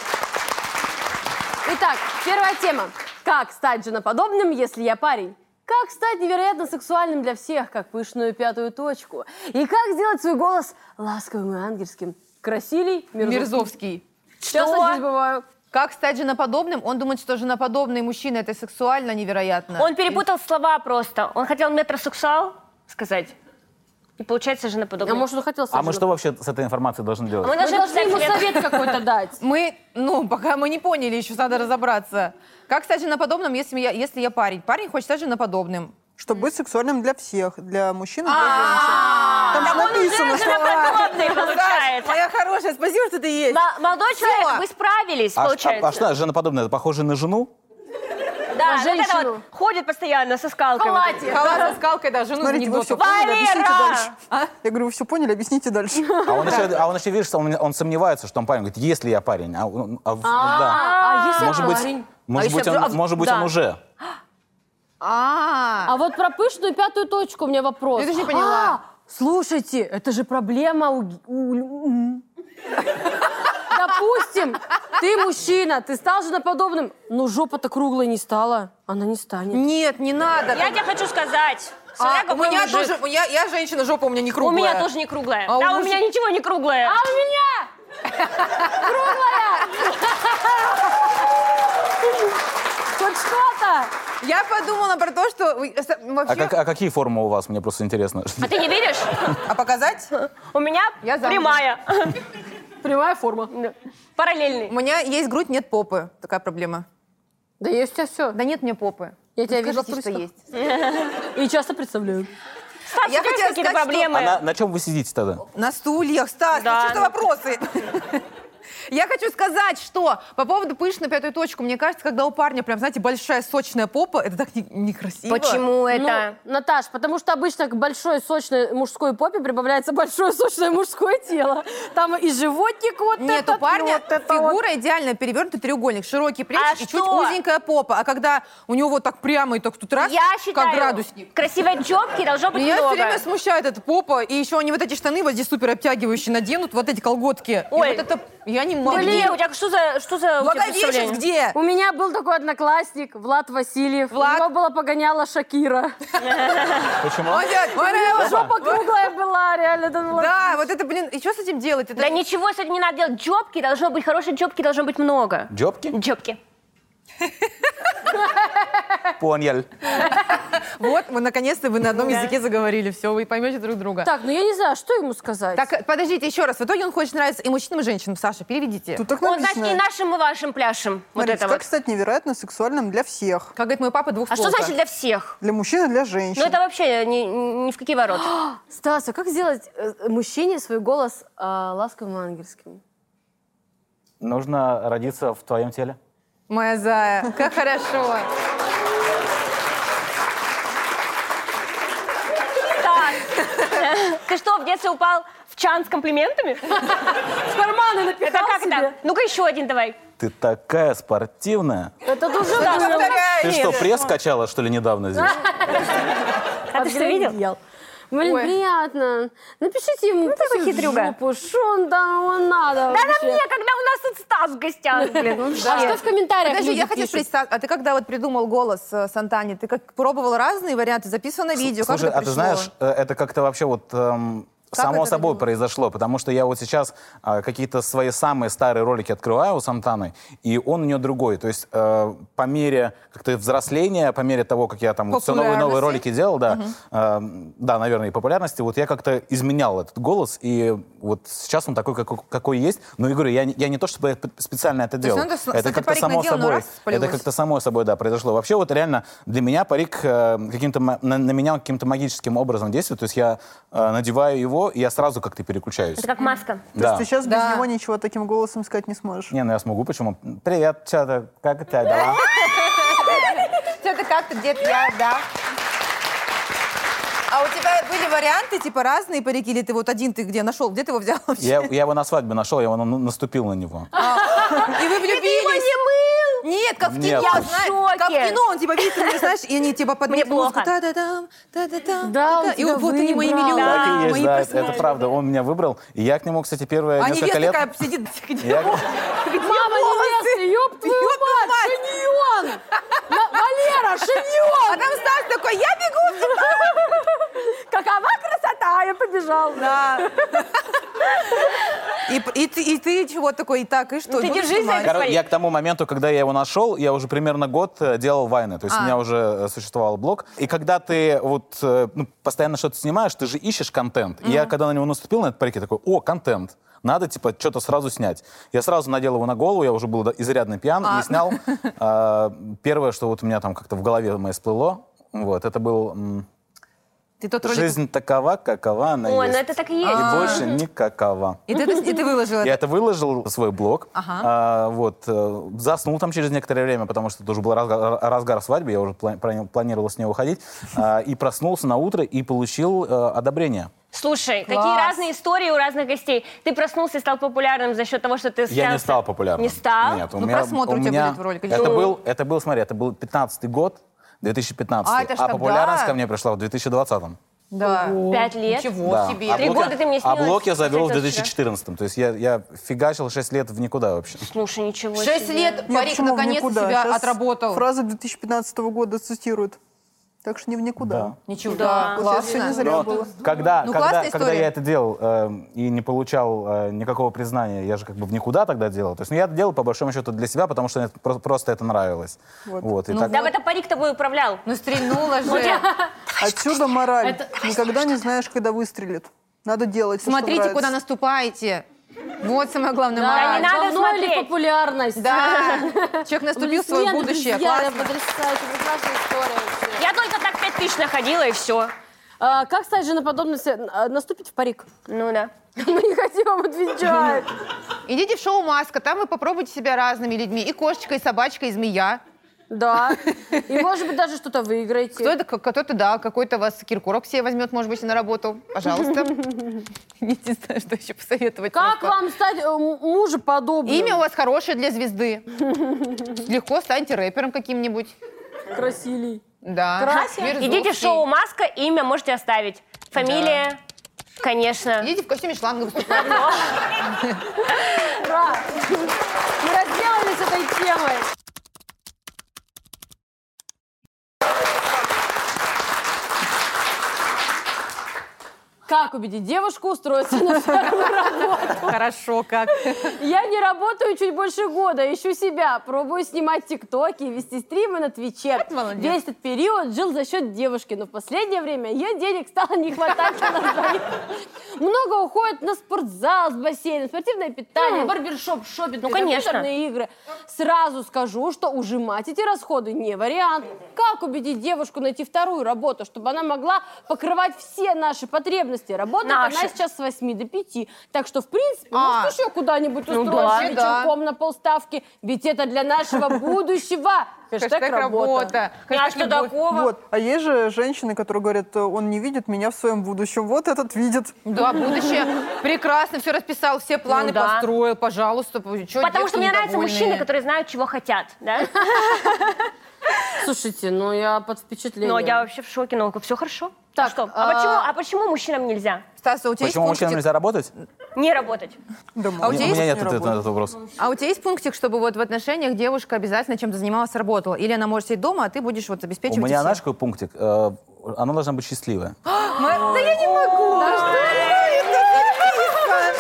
Итак, первая тема. Как стать женоподобным, если я парень? Как стать невероятно сексуальным для всех, как пышную пятую точку? И как сделать свой голос ласковым и ангельским? Красилий Мирзовский. Мерзовский. Часто Что? здесь бываю. Как стать женоподобным? Он думает, что женоподобный мужчина — это сексуально невероятно. Он перепутал слова просто. Он хотел метросексуал сказать. И получается А женоподобный. может, он хотел А мы что вообще с этой информацией должны делать? Мы Мы должны должны ему писать совет какой-то дать. Мы, ну, пока мы не поняли, еще надо разобраться. Как стать женоподобным, если я, если я парень? Парень хочет стать женоподобным. Чтобы быть сексуальным для всех. Для мужчин и А, для женщин. Там же написано, что... женоподобный получается. Моя хорошая, спасибо, что ты есть. М- Молодой человек, вы справились, А, ш- получается. а, а что, женоподобное, это похоже на жену? Да, На вот это женщину. вот ходит постоянно со скалкой. вот этой. Халате. Халат со скалкой, да, жену Смотрите, вы все анекдотов. поняли, объясните Валера! дальше. Я говорю, вы все поняли, объясните дальше. А он еще, а он еще видишь, он, он сомневается, что он парень. Говорит, если я парень. А, он- а в- да. А если Может быть, парень? может А быть, если- он, а, может быть, да. он уже. А, А вот про пышную пятую точку у меня вопрос. Я тоже не поняла. А, слушайте, это же проблема у... ги- у- м. Допустим, ты мужчина, ты стал женоподобным, но жопа-то круглой не стала. Она не станет. нет, не надо. Я тебе хочу сказать. А, Смотря у какой меня мужик. тоже, я, я женщина, жопа у меня не У круглая. меня тоже не круглая. А у А, у мужа- меня ничего не круглое. А у меня круглая! Хоть что-то! Я подумала про то, что вы- э, А, вообще... как- а какие формы у вас? Мне просто интересно. А ты не видишь? А показать? У меня Я замужем. прямая. Прямая форма. У Параллельный. меня есть грудь, нет попы. Такая проблема. Да есть у тебя все. Да нет мне попы. Я тебя Скажите, вижу в что трусиках. есть. И часто представляю. Стас, Я у тебя есть хотела какие-то сказать, что- проблемы? А на, на чем вы сидите тогда? На стульях, Стас, Да, ну что за ну- вопросы? Я хочу сказать, что по поводу пышной пятую точку, мне кажется, когда у парня прям, знаете, большая сочная попа, это так не- некрасиво. Почему это? Ну, Наташ, потому что обычно к большой сочной мужской попе прибавляется большое сочное мужское тело. Там и животик вот Нет, этот, у парня вот это вот. фигура идеально перевернутый треугольник, широкий плечи А и чуть что? узенькая попа. А когда у него вот так прямо и так тут раз, Я считаю, как градусник. красивой джобки должно быть Меня много. все время смущает эта попа, и еще они вот эти штаны вот здесь супер обтягивающие наденут, вот эти колготки. Ой. И вот это я не могу. Ты где? У тебя что за, что за у тебя Благовещенск представление? где? У меня был такой одноклассник, Влад Васильев. Влад? У него была погоняла Шакира. Почему? Он делает, «Ой, ой, Жопа круглая была, реально. это было- Да, вот это, блин, и что с этим делать? Это Да ничего с этим не надо делать. Джобки должно быть, хорошей джобки должно быть много. Джобки? Джобки. Понял. Вот, мы наконец-то вы на одном языке заговорили, все, вы поймете друг друга. Так, ну я не знаю, что ему сказать. Так, подождите, еще раз. В итоге он хочет нравиться и мужчинам, и женщинам. Саша, переведите. Тут так Вот, значит, и написано. нашим, и вашим пляшем. Вот Смотрите, это как вот. стать невероятно сексуальным для всех. Как говорит мой папа, А двухстволка. что значит для всех? Для мужчин и для женщин. Ну это вообще ни, ни в какие ворота. Стас, а как сделать э, мужчине свой голос э, ласковым и ангельским? Нужно родиться в твоем теле. Моя зая, как хорошо. Так. Ты что, в детстве упал в чан с комплиментами? В карманы напихал Это как себе. это? Ну-ка еще один давай. Ты такая спортивная. Это тоже Да, было. повторяй. Ты что, пресс качала, что ли, недавно здесь? А ты что видел? Подглядел. Блин, Ой. приятно. Напишите ему, такой пусть в хитрюга. жопу, что он там ему надо Да вообще. нам не, когда у нас тут Стас в гостях, блин. А что в комментариях Подожди, люди я хочу пишут? спросить, Стас, а ты когда вот придумал голос э, Сантани, ты как пробовал разные варианты, записывал на видео? Слушай, как это а ты пришло? знаешь, э, это как-то вообще вот... эм, Само это собой делалось? произошло, потому что я вот сейчас а, какие-то свои самые старые ролики открываю у Сантаны, и он у нее другой. То есть э, по мере как-то взросления, по мере того, как я там вот все новые новые Популярности? ролики делал, да, э, да, наверное, и популярности, вот я как-то изменял этот голос, и вот сейчас он такой, какой, какой есть. Но я говорю, я, не- я не то чтобы я специально это делал. есть он это с- это кстати, как-то парик само надел, но собой, раз полилось. это как-то само собой, да, произошло. Вообще вот реально для меня парик э, каким-то ма- на, на меня каким-то магическим образом действует. То есть я э, надеваю его, и я сразу как-то переключаюсь. Это как маска. То Да. есть ты сейчас Да. без него ничего таким голосом сказать не сможешь. Не, ну я смогу, почему? Привет, что ты, как у тебя дела? Что-то как-то где-то я, да. А у тебя были варианты, типа, разные парики, или ты вот один ты где нашел? Где ты его взял вообще? Я, я его на свадьбе нашел, я его на- наступил на него. И вы влюбились? Нет, как в Нет. кино, Я в знаешь, шоке. как в кино, он типа видит, ты знаешь, и они типа под Мне музыку, плохо. та-да-дам, та-да-дам, Да, он та-да. И тебя вот они мои выбрал. миллионы, Да. Так и есть, мои да, это, просмотры. это правда. Он меня выбрал, и я к нему, кстати, первые А несколько невеста лет... такая сидит, где Я- Мама невесты, ёб твою Ёб твою мать, шиньон! На- Валера, шиньон! А там Стас такой, я бегу! Какова красота, я побежал. Да. И, и, ты, и ты чего такой, и так, и что? Ну, ты будешь держись за снимать? это. Коро- Я к тому моменту, когда я его нашел, я уже примерно год э, делал вайны. То есть А. у меня уже э, существовал блог. И когда ты вот э, ну, постоянно что-то снимаешь, ты же ищешь контент. И я, когда на него наступил, на этот парик, я такой, о, контент. Надо, типа, что-то сразу снять. Я сразу надел его на голову, я уже был да, изрядно пьян, А. и снял. э, Первое, что вот у меня там как-то в голове моей всплыло, вот, это был м, Ты тот ролик... «Жизнь такова, какова она Ой, есть». ну это так и есть. И больше никакова. И ты, и ты выложил Я это? это выложил в свой блог, Ага. а, вот, э, заснул там через некоторое время, потому что это уже был разгар, разгар свадьбы, я уже пла- плани- планировал с нее уходить, а, и проснулся на утро и получил э, одобрение. Слушай, Класс. какие разные истории у разных гостей. Ты проснулся и стал популярным за счет того, что ты Я снялся. не стал популярным. Не стал? Нет, у Ну, меня, просмотры у тебя меня- были в ролике. Это Ну. был, это был, смотри, это был пятнадцатый год, две тысячи пятнадцатый, А, это ж тогда. популярность ко мне пришла в две тысячи двадцатом. Да. Пять лет. Ничего Да. себе. А Три блог я- года ты мне А снилась. блог я завел в Кстати, две тысячи четырнадцатом, то есть я, я фигачил шесть лет в никуда вообще. Слушай, ничего Шесть себе. лет Нет, парик почему в наконец-то никуда? себя Щас отработал. Фраза две тысячи пятнадцатого года цитирует. Так что не в никуда. Да. Ничего, Да. да, Вот все не классно. зря Но было. когда, Ну, когда, классная когда история. я это делал э, и не получал э, никакого признания, я же как бы в никуда тогда делал. То есть ну, я это делал по большому счету для себя, потому что мне это про- просто это нравилось. Вот. Вот, и Ну так- Да, это парик тобой управлял. Ну, стрельнула же. Отсюда мораль. Это- Никогда не знаешь, когда выстрелит. Надо делать то, что Смотрите, нравится. куда наступаете. Вот самое главное, Да, мораль. не надо говно или смотреть. популярность? Да. Человек наступил в свое Аплодисменты, будущее. друзья, Классно. потрясающе, прекрасная история вообще. Я только так пять тысяч находила, и все. А, как стать женоподобностью? А, Наступить в парик. Ну да. Мы не хотим вам отвечать. Идите в шоу «Маска», там вы попробуйте себя разными людьми. И кошечка, и собачка, и змея. Да. И, может быть, даже что-то выиграете. Кто-то, кто-то, да, какой-то вас Киркоров себе возьмет, может быть, на работу. Пожалуйста. Не знаю, что еще посоветовать. Как просто. вам стать э, м- мужеподобным? Имя у вас хорошее для звезды. Легко станьте рэпером каким-нибудь. Красилий. Да. Красия. Березовский. Идите в шоу «Маска», имя можете оставить. Фамилия, конечно. Идите в костюме шланга выступать. Ура! Мы разделались с этой темой. Как убедить девушку устроиться на вторую работу? Хорошо, как. Я не работаю чуть больше года, ищу себя, пробую снимать тиктоки и вести стримы на Твиче. Молодец. Весь этот период жил за счет девушки, но в последнее время ее денег стало не хватать на нас двоих. Много уходит на спортзал с бассейном, спортивное питание, барбершоп, шопинг, Ну, конечно. компьютерные игры. Сразу скажу, что ужимать эти расходы не вариант. Как убедить девушку найти вторую работу, чтобы она могла покрывать все наши потребности? Работает Наши. она сейчас с восьми до пяти. Так что, в принципе, А. может, еще куда-нибудь Ну устроиться да. вечерком на полставки. Ведь это для нашего будущего. Хэштег Хэштег работа. работа. Ну, а Хэштег что любовь. такого? Вот. А есть же женщины, которые говорят, он не видит меня в своем будущем. Вот этот видит. Да, будущее прекрасно, все расписал, все планы Ну да. построил, пожалуйста. Чё Потому девки что мне нравятся недовольные? мужчины, которые знают, чего хотят, да? Слушайте, ну я под впечатлением. Но я вообще в шоке, ну все хорошо. Так, А что? а- А почему, а почему мужчинам нельзя Стас, а у тебя Почему есть мужчинам пунктик? нельзя работать? не работать? Да, А у мало. У тебя меня есть- нет ответа на этот вопрос. А у тебя есть пунктик, чтобы вот в отношениях девушка обязательно чем-то занималась, работала? Или она может сидеть дома, а ты будешь вот У обеспечивать меня, их знаешь, всех? какой пунктик? Э, Она должна быть счастливая. Ма- Да я не могу! Да что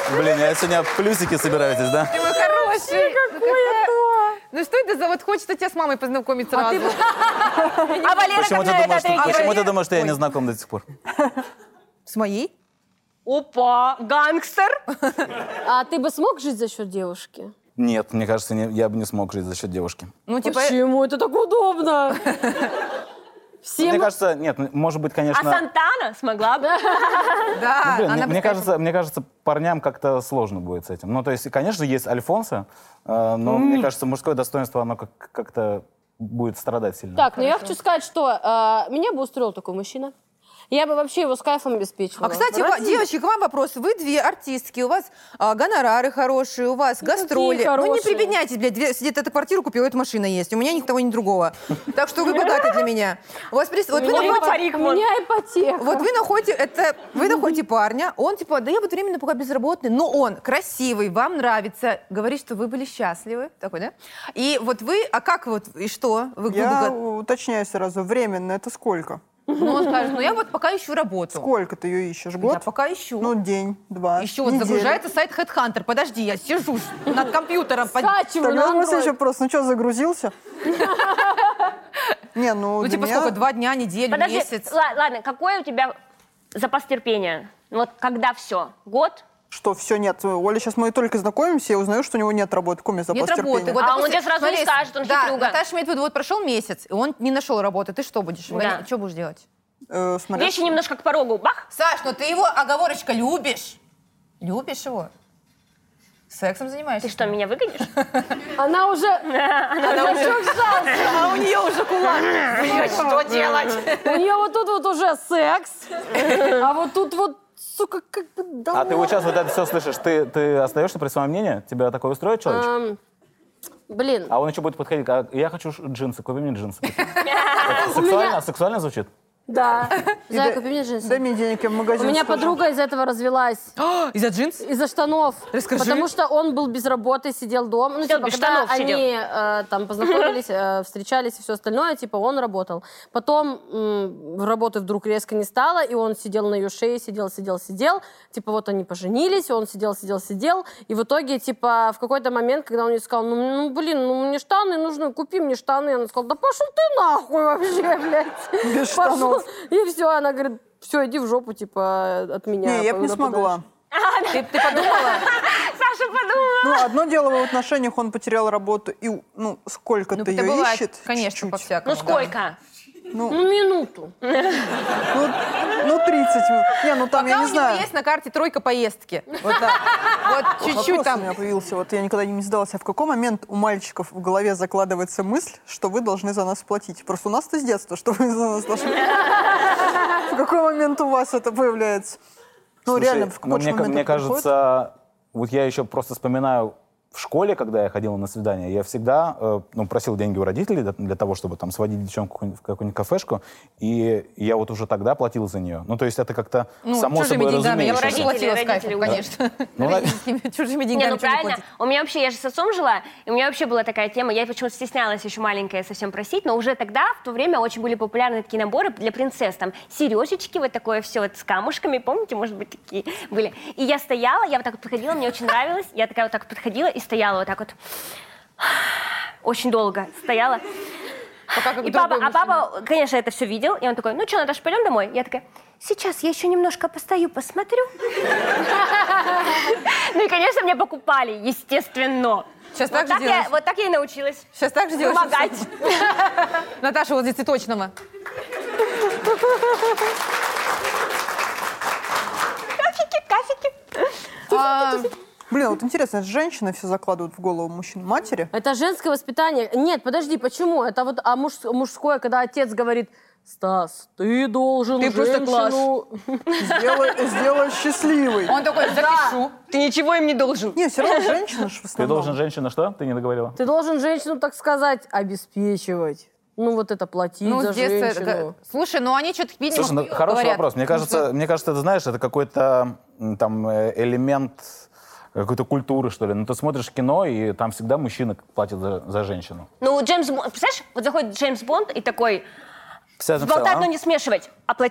Блин, я сегодня плюсики собираетесь, да? Ты мой хороший. Какое то. Ну что это за вот хочется тебя с мамой познакомить сразу? А Валера Почему как ты на думаешь, это что, почему отреагирует? ты думаешь, что я не знаком до сих пор? С моей? Опа, гангстер. А ты бы смог жить за счет девушки? Нет, мне кажется, не- я бы не смог жить за счет девушки. Ну, типа... Почему? Это так удобно. Все Мне мы- кажется, нет, может быть, А конечно... Сантана смогла бы. Да, Ну, блин, она мне, бы мне сказала, кажется, мне кажется, парням как-то сложно будет с этим. Ну, то есть, конечно, есть Альфонсо, э, но мне кажется, мужское достоинство, оно как- как-то будет страдать сильно. Так, ну я хочу сказать, что э, меня бы устроил такой мужчина. Я бы вообще его с кайфом обеспечила. А, кстати, ва- Ради- девочки, к вам вопрос. Вы две артистки, у вас а, гонорары хорошие, у вас гастроли. какие Ну не хорошие? прибедняйтесь, блядь. Две, сидит эта квартиру купила, эта машина есть. У меня ни того, ни другого. Так что вы богаты для меня. У вас, прис- вот, вы меня находите, парик У вон. меня ипотека. вот вы находите, это, вы находите парня, он типа, да я вот временно пока безработный, но он красивый, вам нравится, говорит, что вы были счастливы. Такой, да? И вот вы, а как вот, и что? Вы Я глубоко- уточняю сразу, временно это сколько? Ну, он скажет, ну я вот пока ищу работу. Сколько ты ее ищешь? Я Год? пока ищу. Ну, день, два, Еще вот неделя. загружается сайт Headhunter. Подожди, я сижу ж над компьютером. под- Скачиваю Тогда на мой Android. следующий вопрос. Ну что, загрузился? Не, ну, Ну, для типа меня- сколько? Два дня, неделю, Подожди, месяц? ла- ладно, какой у тебя запас терпения? Вот когда все? Год? Что, все, нет. Оля, сейчас мы только знакомимся, я узнаю, что у него нет работы. Какой у меня запас Нет работы. терпения? Вот, А он допустим, тебе сразу не скажет, он да, хитрюга. Наташа имеет в виду, вот прошел месяц, и он не нашел работы. Ты что будешь? Да. Что будешь делать? Э, смотря Вещи что. немножко к порогу. Бах! Саш, ну ты его, оговорочка, любишь? Любишь его? Сексом занимаешься? Ты что, меня выгонишь? Она уже... Она уже вжался. А у нее уже кулак. Что делать? У нее вот тут вот уже секс. А вот тут вот, сука, как бы... А ты вот сейчас вот это все слышишь, ты, ты остаешься при своем мнении? Тебя такое устроит человечек? Эм, Блин, А он еще будет подходить, а я хочу ш- джинсы, купи мне джинсы. Это сексуально, сексуально звучит? да. Зая, да- купи мне джинсы. Дай мне денег, я в У магазин меня схожу. подруга из этого развелась. Из-за джинс? Из-за штанов. Расскажи. Потому что он был без работы, сидел дома. Ну, Сидел типа, без когда штанов, они сидел. э, там познакомились, э, встречались и все остальное, типа, он работал. Потом м, работы вдруг резко не стало, и он сидел на ее шее, сидел, сидел, сидел. Типа, вот они поженились, он сидел, сидел, сидел. И в итоге, типа, в какой-то момент, когда он ей сказал, ну, ну, блин, ну, мне штаны нужны, купи мне штаны. Она сказала, да пошел ты нахуй вообще, блядь. Без Пошел. штанов. И все, она говорит, все, иди в жопу, типа, от меня. Не, я бы не куда смогла. подальше». Ты, ты подумала? Саша подумала. Ну, одно дело в отношениях, он потерял работу, и, ну, сколько-то Ну, ее это бывает, ищет. конечно, чуть-чуть. по-всякому. Ну да. сколько? Ну, минуту. Ну, ну, тридцать минут. Не, ну там, Пока я у не него знаю. есть на карте тройка поездки. Вот так. Вот чуть-чуть Вопрос там. у меня появился, вот я никогда не задалась. А в какой момент у мальчиков в голове закладывается мысль, что вы должны за нас платить? Просто у нас-то с детства, что вы за нас должны. В какой момент у вас это появляется? Ну, Слушай, реально, в ну, какой мне, момент мне это приходит? кажется, вот я еще просто вспоминаю в школе, когда я ходила на свидание, я всегда э, ну, просил деньги у родителей для, для того, чтобы там сводить девчонку в какую-нибудь- в какую-нибудь кафешку, и я вот уже тогда платил за нее. Ну, то есть это как-то Ну, само чужими собой деньгами. Я бы разумеющееся. тоже Родители, платила с кайфом, родители, конечно. Ну, на- Родительскими, чужими Не, деньгами ну никто не правильно. платит. У меня вообще, я же с отцом жила, и у меня вообще была такая тема, я почему-то стеснялась еще маленькая совсем просить, но уже тогда, в то время, очень были популярны такие наборы для принцесс, там, сережечки, вот такое все вот с камушками, помните, может быть, такие были. И я стояла, я вот так вот подходила, мне очень нравилось, я такая вот так подходила и стояла вот так вот, очень долго стояла. Пока как И другой папа, а мужчина. папа, конечно, это все видел, и он такой, ну что, Наташа, пойдем домой? Я такая, сейчас, я еще немножко постою, посмотрю. Ну и, конечно, мне покупали, естественно. Сейчас Вот так же так я- делаешь? вот так я и научилась. Сейчас так же делаешь? Помогать. Наташа возле цветочного. Кафики, кафики. А, Блин, вот интересно, женщины все закладывают в голову мужчин, матери. Это женское воспитание. Нет, подожди, почему? Это вот а муж- мужское, когда отец говорит, Стас, ты должен Ты просто женщину... Сделай, сделай счастливой. Он такой, запишу. Ты ничего им не должен. Не, все равно женщина ж в Ты основном. должен, женщина, что? Ты не договорила? Ты должен женщину, так сказать, обеспечивать. Ну, вот это платить Ну, за с детства... женщину. это- Слушай, ну они что-то, видимо, Слушай, ну, хороший говорят. вопрос. Мне кажется, мне кажется, ты знаешь, это какой-то м, там э, элемент какой-то культуры, что ли. Ну, ты смотришь кино, и там всегда мужчина платит за, за женщину. Ну, Джеймс Бонд, представляешь, вот заходит Джеймс Бонд и такой, Вся- сболтать, а? но не смешивать, оплати.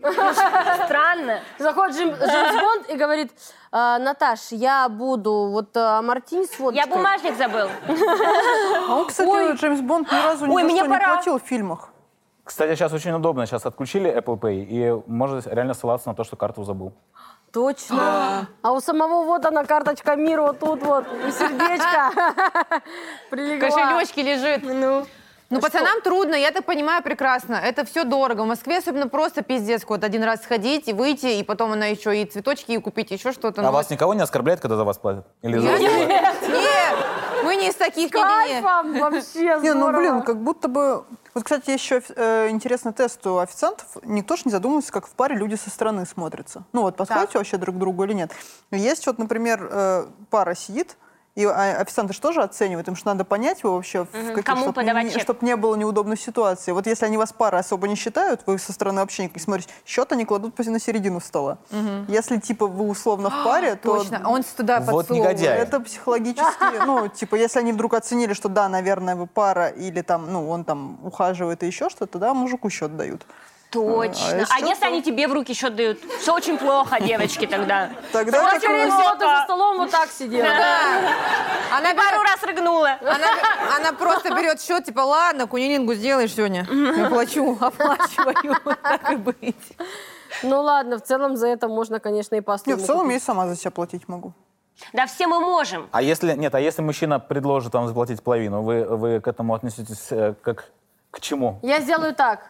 Странно. Заходит Джим- Джеймс Бонд и говорит: «А, Наташ, я буду вот а, мартини с водочкой». Я бумажник забыл. А он, кстати, Джеймс Бонд ни разу ни Ой, за мне что не пора. платил в фильмах. Кстати, сейчас очень удобно. Сейчас отключили Apple Pay, и можно реально ссылаться на то, что карту забыл. Точно. А у самого вот она, карточка мира, вот тут вот, и сердечко прилегла. Кошелечки лежит. Ну. Ну, пацанам трудно, я так понимаю прекрасно. Это все дорого. В Москве особенно просто пиздец. Вот один раз сходить и выйти, и потом она еще и цветочки и купить, еще что-то. А Ну, вас никого не оскорбляет, когда за вас платят? Или за Я- вас платят? Нет, нет, мы не из таких. не-не-не. Кайфом вообще Не, ну, здорово. блин, как будто бы... Вот, кстати, есть еще э, интересный тест у официантов. Никто ж не задумывается, как в паре люди со стороны смотрятся. Ну вот, подходите вообще друг к другу или нет. Есть вот, например, э, пара сидит, и а, официанты же тоже оценивают, им же надо понять его вообще, кому чтобы подавать не, чек. чтоб не было неудобной ситуации. Вот если они вас пары особо не считают, вы со стороны вообще не смотрите, счет они кладут на середину стола. Если, типа, вы условно в паре, то... Точно, он туда Вот подсовывает. негодяй. Это психологически, ну, типа, если они вдруг оценили, что да, наверное, вы пара, или там, ну, он там ухаживает и еще что-то, да, мужику счет дают. Точно. А А еще если то- они тебе в руки счет дают? Все очень плохо, девочки, тогда. Тогда Она, такое- скорее всего, ты за столом вот так сидела. Она, Пару берет- раз рыгнула. она, она просто берет счет, типа, ладно, кунилингу сделаешь сегодня. Я плачу, оплачиваю, так и быть. Ну ладно, в целом за это можно, конечно, и Не, пасту. в целом я и сама за себя платить могу. Да все мы можем. А если, нет, а если мужчина предложит вам заплатить половину, вы, вы к этому относитесь э, как к чему? Я сделаю так.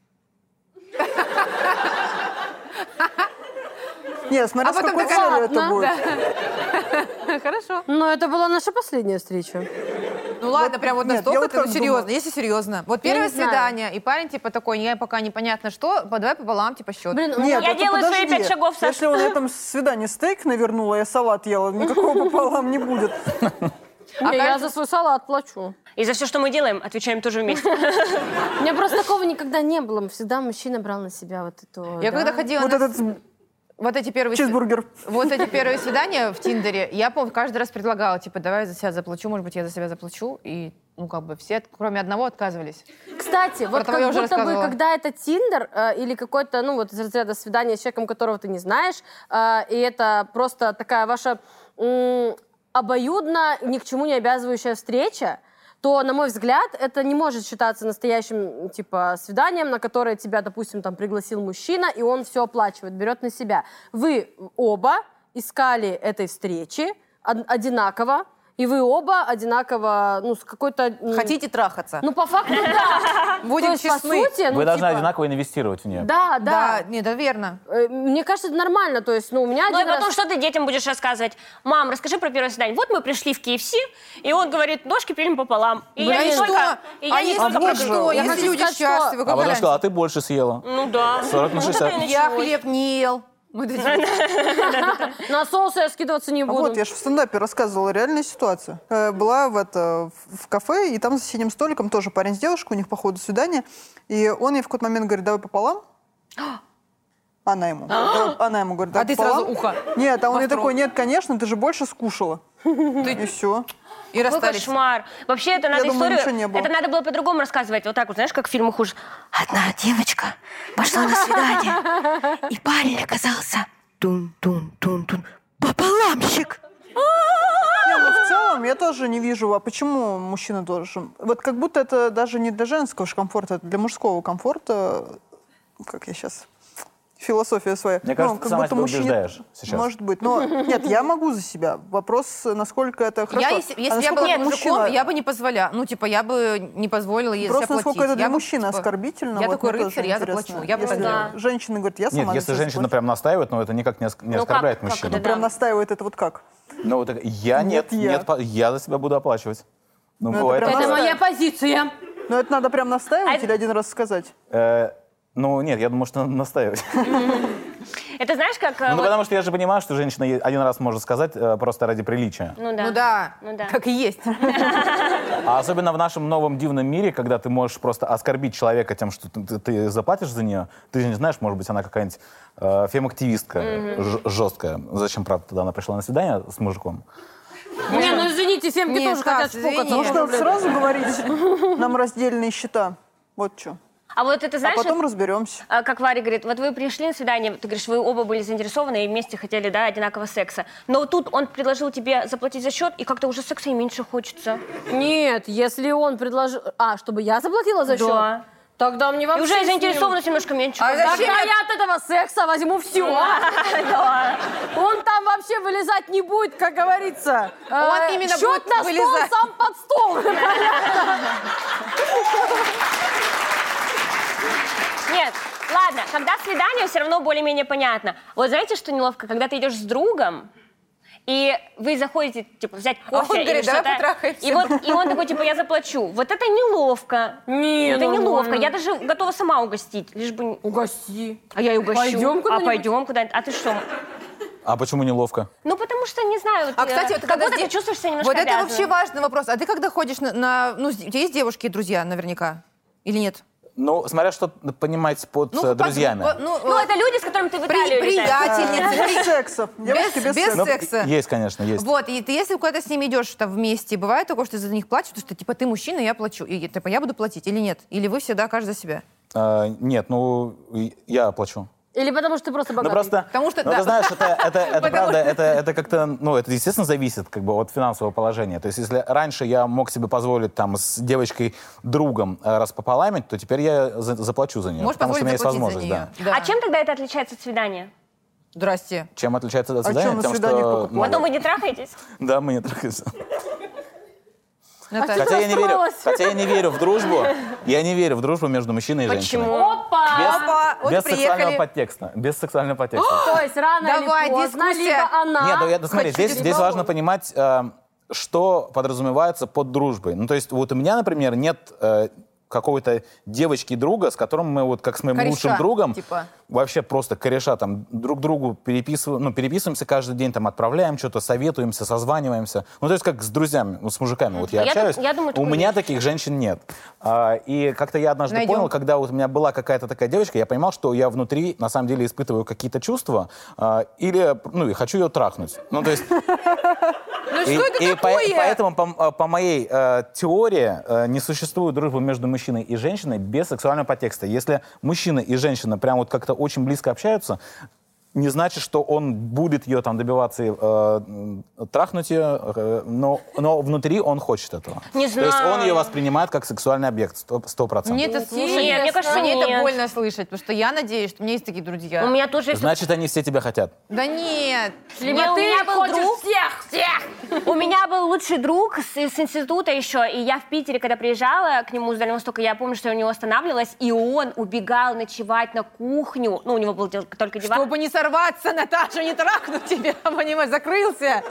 Не, смотря А с потом какой такая, целью это ладно, будет. Хорошо. Но это была наша последняя встреча. Ну ладно, прям вот нет, настолько, я вот это как ну, серьезно, думаю. если серьезно. Вот Я первое не знаю. свидание, и парень типа такой, я пока непонятно что, давай пополам, типа счет. Блин, у Нет, Я это делаю свои подожди. пять шагов, Саша. Если он на этом свидании стейк навернула, я салат ела, никакого пополам не будет. не, я за свой салат плачу. И за все, что мы делаем, отвечаем тоже вместе. У меня просто такого никогда не было. Всегда мужчина брал на себя вот эту... Я да. когда ходила Вот на этот вот эти первые сви- чизбургер. вот эти первые свидания в Тиндере, я, помню, каждый раз предлагала, типа, давай за себя заплачу, может быть, я за себя заплачу. И, ну, как бы все, кроме одного, отказывались. Кстати, вот того я как уже будто бы, рассказывала. когда это Тиндер э, или какой-то, ну, вот из разряда свидания с человеком, которого ты не знаешь, э, и это просто такая ваша м, обоюдно ни к чему не обязывающая встреча, то, на мой взгляд, это не может считаться настоящим, типа, свиданием, на которое тебя, допустим, там пригласил мужчина, и он все оплачивает, берет на себя. Вы оба искали этой встречи од- одинаково, и вы оба одинаково, ну, с какой-то... м, Хотите трахаться? Ну, по факту, да. Будем То есть, честны. по сути, ну, Вы должны типа, одинаково инвестировать в нее. Да, да. Да, нет, это верно. Э, Мне кажется, это нормально. То есть, ну, у меня Ну и один потом, раз... что ты детям будешь рассказывать? Мам, расскажи про первое свидание. Вот мы пришли в кей эф си, и он говорит, ножки пилим пополам. И я Блин, не что? только... И я а не если только вот про что? Я Если хочу люди сказать, что- счастливы, А какая потом разница? сказал, а ты больше съела. Ну да. сорок на шестьдесят. Вот это и Я началось. хлеб не ел. Вот эти- На соусы я скидываться не А буду. вот, я же в стендапе рассказывала реальную ситуацию. Э, Была в, это, в кафе, и там за соседним столиком тоже парень с девушкой, у них по ходу свидания. И он ей в какой-то момент говорит, давай пополам. Она ему. Давай- Она ему говорит, А давай ты пополам. сразу ухо. Нет, а он ей востро. такой, нет, конечно, ты же больше скушала. И все. И Какой расстались. кошмар. Вообще, это надо думаю, ничего историю... не было. Это надо было по-другому рассказывать. Вот так вот, знаешь, как в фильмах уж. Одна девочка пошла на свидание, и парень оказался тун-тун-тун-тун пополамщик. Не, ну в целом я тоже не вижу, а почему мужчина должен... Вот как будто это даже не для женского же комфорта, это для мужского комфорта. Как я сейчас... Философия своя. Мне кажется, Ну, ты сама себя убеждаешь сейчас. Может быть. Но нет, я могу за себя. Вопрос, насколько это хорошо. Я, если, А если я насколько была это мужиком, мужчина- я бы не позволяла. Ну, типа, я бы не позволила ей за Просто себя насколько платить. это для Я бы, мужчины типа, оскорбительно. Я вот такой мне тоже рыцарь, я интересно. заплачу. Я бы Если так делала. женщина говорит, я сама Нет, за если себя женщина заплачу. прям настаивает, но это никак не, оск- не Ну, оскорбляет как- как мужчину. это, Прям да. настаивает это вот как? Ну, вот так, я нет, Нет, я. нет, по- я за себя буду оплачивать. Ну, Ну, это бывает. прям Это такое. моя позиция. Но это надо прям настаивать А- или один раз сказать? Э, ну, нет, я думаю, что надо настаивать. Это знаешь, как... э, Ну, вот- потому что я же понимаю, что женщина ей один раз может сказать э, просто ради приличия. Ну да. Ну да, Ну да. как и есть. А особенно в нашем новом дивном мире, когда ты можешь просто оскорбить человека тем, что ты, ты- ты заплатишь за нее, ты же не знаешь, может быть, она какая-нибудь э, фем-активистка ж- жесткая. Зачем, правда, тогда она пришла на свидание с мужиком? Не, ну извините, семки Не, тоже Стас, хотят извини. шпукаться. Можно сразу говорить, нам раздельные счета. Вот что. А вот это, А знаешь, потом вот, разберемся. а, как Варя говорит, вот вы пришли на свидание, ты говоришь, вы оба были заинтересованы и вместе хотели, да, одинакового секса. Но вот тут он предложил тебе заплатить за счет, и как-то уже секса и меньше хочется. Нет, если он предложил... А, чтобы я заплатила за счет? Да. Тогда мне И вообще... уже с ним- заинтересованность немножко меньше. А Тогда зачем я от этого секса возьму все. Он там вообще вылезать не будет, как говорится. Он Э, именно счет будет на стол, вылезать. сам под стол. Нет, ладно, когда свидание, все равно более-менее понятно. Вот знаете, что неловко? Когда ты идешь с другом, и вы заходите, типа, взять А кофе он или говорит, давай что-то, потрахаемся. и, вот, и он такой, типа, я заплачу. Вот это неловко. Не, это нормально. неловко. Я даже готова сама угостить, лишь бы... Угости. А я и угощу. Пойдем А куда-нибудь? пойдем куда-нибудь. А ты что? А почему неловко? Ну, потому что, не знаю, вот, А, кстати, э, вот как когда будто с де- ты чувствуешь себя немножко Вот это обязанным. вообще важный вопрос. А ты когда ходишь на... на- ну, у тебя есть девушки и друзья наверняка? Или нет? Ну, смотря что понимать под Ну, э, под- друзьями. по- ну, Ну, э, это люди, с которыми ты в при- Италию летаешь. приятельницы. Без секса. Девушки Без- без без секса. Ну, секса. есть, конечно, есть. Вот, и ты если куда-то с ними идешь там вместе, бывает такое, что ты за них платишь, что типа ты мужчина, я плачу. И типа я буду платить или нет? Или вы всегда каждый за себя? А, нет, ну, и- я плачу. Или потому что ты просто Ну, богатый? просто, Потому что, ну, да. ты знаешь, это, это, это Потому правда, это, это как-то, ну, это, естественно, зависит как бы от финансового положения. То есть, если раньше я мог себе позволить там с девочкой другом э, распополамить, то теперь я за- заплачу за нее, Можешь потому что у меня позволить есть заплатить за возможность, нее. да. А чем тогда это отличается от свидания? Здрасте. Чем отличается от А свидания? чем на Тем, свиданиях что, покупать? ну, Потом вы не трахаетесь? да, мы не трахаемся. Наталья. Хотя я, не верю, расстроилась? хотя я не верю в дружбу, я не верю в дружбу между мужчиной и женщиной. Почему? Опа! Опа, вот Без сексуального приехали. подтекста. Без сексуального подтекста. То есть рано Давай, или поздно, дискуссия. либо она... Нет, ну я, да, смотри, хочу здесь, тебе здесь голову. важно понимать, э, что подразумевается под дружбой. Ну, то есть вот у меня, например, нет э, какой-то девочки друга, с которым мы вот как с моим Кореша, лучшим другом типа. вообще просто кореша там друг другу переписываем, ну, переписываемся каждый день, там отправляем что-то, советуемся, созваниваемся. Ну, то есть как с друзьями, ну, с мужиками. Вот я, Я общаюсь, тут- я думаю, у такое меня есть. таких женщин нет. А, и как-то я однажды Найдем. понял, когда вот у меня была какая-то такая девочка, я понимал, что я внутри на самом деле испытываю какие-то чувства а, или, ну, и хочу ее трахнуть. Ну, то есть... Ну И, что это и по- такое? поэтому, по, по моей э, теории, э, не существует дружбы между мужчиной и женщиной без сексуального подтекста. Если мужчина и женщина прям вот как-то очень близко общаются, не значит, что он будет ее там добиваться, э, трахнуть ее, э, но, но внутри он хочет этого. Не То есть он знаю. ее воспринимает как сексуальный объект, сто процентов. Мне это Нет, мне кажется, мне нет. это больно слышать, потому что я надеюсь, что у меня есть такие друзья. У меня тоже есть... Значит, они все тебя хотят. Да нет. Либо Не, у ты меня был хочешь друг. всех, всех! У меня был лучший друг с, с института еще, и я в Питере, когда приезжала к нему с Дальнего Востока, я помню, что я у него останавливалась, и он убегал ночевать на кухню. Ну, у него был дел- только диван. Чтобы не сорваться, Наташа, не трахнуть тебя, понимаешь, закрылся.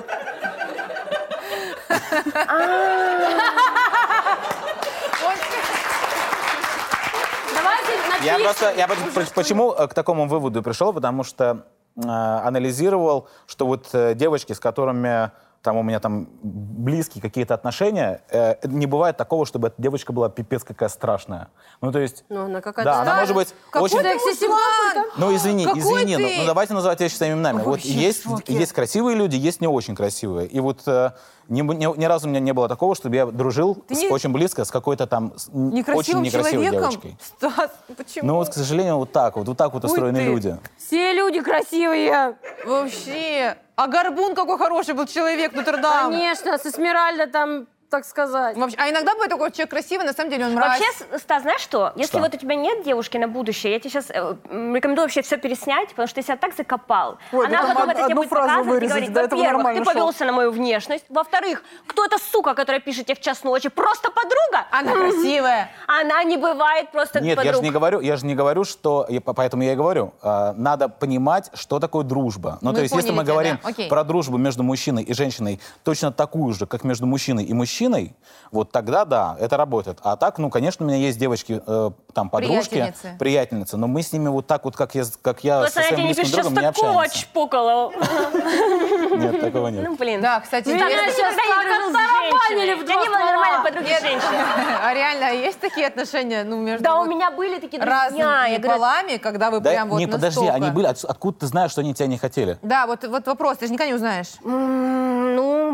Давайте Я напишем. просто, я поч- поч- почему э, к такому выводу пришел, потому что э, анализировал, что вот э, девочки, с которыми там у меня там близкие какие-то отношения, э, не бывает такого, чтобы эта девочка была пипец какая страшная. Ну, то есть... Ну, она какая-то... Да, она может быть Какой очень... ты мужлан! Ну, извини, Какой извини, ты? ну, ну, давайте называть вещи своими именами. Вот Вообще есть, в шоке. есть красивые люди, есть не очень красивые. И вот э, ни, ни- ни разу у меня не было такого, чтобы я дружил с- не- очень близко с какой-то там с- н- очень Некрасивым некрасивой человеком? девочкой. Стас, почему? Ну, вот, к сожалению, вот так вот, вот так вот Ой устроены ты. люди. Все люди красивые. Вообще. А Горбун какой хороший был человек, Нотр-Дам. Конечно, с Эсмеральда там, так сказать. Вообще, а иногда бывает такой человек красивый, на самом деле он мразь. Вообще, С- Стас, знаешь что? Если Что? вот у тебя нет девушки на будущее, я тебе сейчас рекомендую вообще все переснять, потому что ты себя так закопал. Ой, Она да там потом од- это тебе одну будет фразу показывать и вырезать, говорить, до этого во-первых, ты нормально шел. повелся на мою внешность, во-вторых, кто эта сука, которая пишет тебе в час ночи, просто подруга? Она красивая. Она не бывает просто Нет, я подруг. же не говорю, я же не говорю, что, я- поэтому я и говорю, э, надо понимать, что такое дружба. Ну, Мы то есть, если поняли мы тебя, говорим да, окей. про дружбу между мужчиной и женщиной точно такую же, как между мужчиной и мужчиной, вот тогда да, это работает. А так, ну, конечно, у меня есть девочки, э, там, подружки, Приятельницы. приятельницы, но мы с ними вот так вот, как я, как я Просто со она своим тебе не близким пишет, сейчас другом, не такого общаемся. чпокала. Нет, такого нет. Ну, блин. Да, кстати, Ты интересно. никогда не дружил с женщиной. У тебя не было нормальной подруги Нет. женщины. А реально, есть такие отношения, ну, между Да, у вот меня были такие друзья. разными Я говорю, полами, когда вы Да, прям вот не, подожди, настолько- они были, от- откуда ты знаешь, что они тебя не хотели? Да, вот, вот вопрос, ты же никогда не узнаешь. м, ну,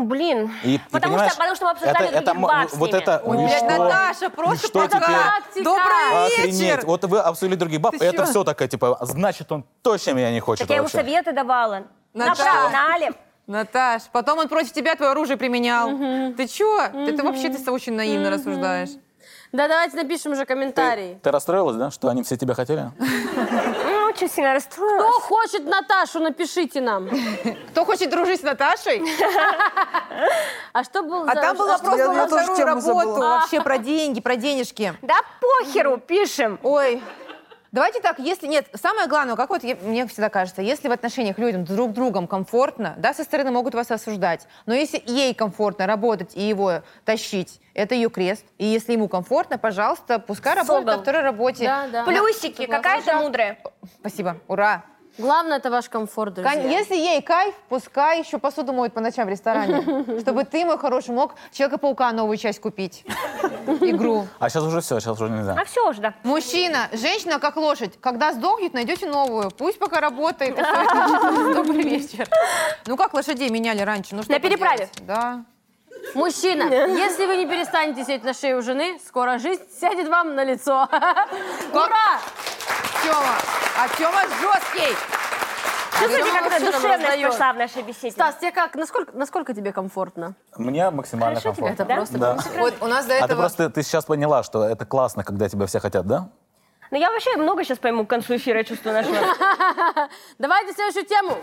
блин. И, и потому, понимаешь, что, потому что мы обсуждали это, это, других баб с вот ними. это, Ой, и блядь, что? Наташа, И просто что пока. теперь? Добрый Охренеть. вечер. Вот вы обсудили других баб, Ты и это чё? все такая, типа, значит, он точно меня не хочет Так я ему вообще. советы давала. Наташа. Направо, налево. Наташ, потом он против тебя твое оружие применял. Ты чё? Ты вообще ты очень наивно рассуждаешь. Да, давайте напишем уже комментарий. Ты расстроилась, да, что они все тебя хотели? Ну, очень сильно расстроилась. Кто хочет Наташу, напишите нам. Кто хочет дружить с Наташей? А что был А за... там был а вопрос Я- про я тоже вторую тему работу. забыла. Вообще про деньги, про денежки. Да похеру, пишем. Ой, давайте так, если нет, самое главное, как вот я- мне всегда кажется, если в отношениях людям друг другом комфортно, да, со стороны могут вас осуждать, но если ей комфортно работать и его тащить, это ее крест. И если ему комфортно, пожалуйста, пускай работает Согл. на второй работе. Да, да. Плюсики, Согласна. какая ты мудрая. Спасибо, ура. Главное, это ваш комфорт, друзья. Кон- Если ей кайф, пускай еще посуду моет по ночам в ресторане, чтобы ты, мой хороший, мог Человека-паука новую часть купить. Игру. А сейчас уже все, сейчас уже нельзя. А все уже, да. Мужчина, женщина как лошадь. Когда сдохнет, найдете новую. Пусть пока работает. и всё это. Добрый вечер. Ну как лошадей меняли раньше? Ну, что На переправе. поделать? Да. Мужчина, если вы не перестанете сидеть на шее у жены, скоро жизнь сядет вам на лицо. Ура! Тёма. А Тёма жесткий. Чувствуете, Тёма как это вообще нам душевность раздает. пошла в нашей беседе? Стас, тебе как? Насколько, насколько тебе комфортно? Мне максимально Хорошо тебе комфортно. Это Да? просто... Да. Вот у нас до А ты этого... просто ты сейчас поняла, что это классно, когда тебя все хотят, да? Ну я вообще много сейчас пойму к концу эфира, я чувствую нашего. Давайте следующую тему.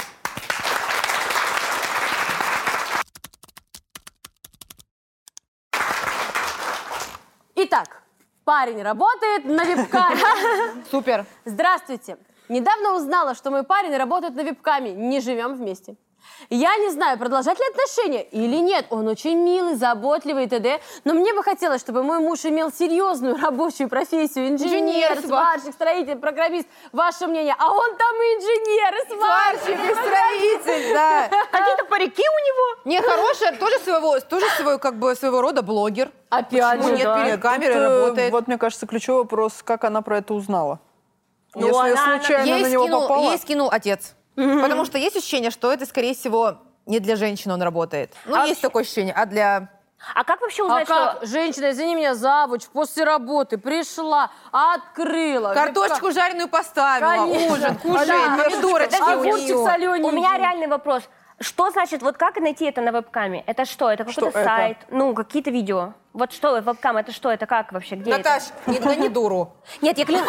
Итак, парень работает на вебкаме. Супер. Здравствуйте. Недавно узнала, что мой парень работает на вебкаме. Не живем вместе. Я не знаю, продолжать ли отношения или нет. Он очень милый, заботливый и т.д. Но мне бы хотелось, чтобы мой муж имел серьезную рабочую профессию. Инженер, Инженер, сварщик, строитель, программист. Ваше мнение. А он там и инженер, и сварщик, Сварщик и строитель, да. Какие-то парики у него. Не, хорошая, тоже своего, тоже своего, как бы, своего рода блогер. Опять Почему же, нет, да. перед камерой Тут, э, работает. Вот, мне кажется, ключевой вопрос, как она про это узнала. Ну, Если она- случайно Ей на него скинул, попала... ей скинул отец. Потому что есть ощущение, что это, скорее всего, не для женщины он работает. Ну, А есть вообще- такое ощущение. А для... А как вообще А узнать, как что... женщина, извини меня, завуч, после работы пришла, открыла. Картошечку жареную поставила, Конечно. ужин, кушает, Да. помидорочки Подожди, у огурчик нее. солененький. У меня реальный вопрос. Что значит, вот как найти это на вебкаме? Это что? Это какой-то Что это? сайт? Ну, какие-то видео. Вот что, вебкам, это что? Это как вообще? Где Наташ, не гони дуру. это? Нет, я клянусь.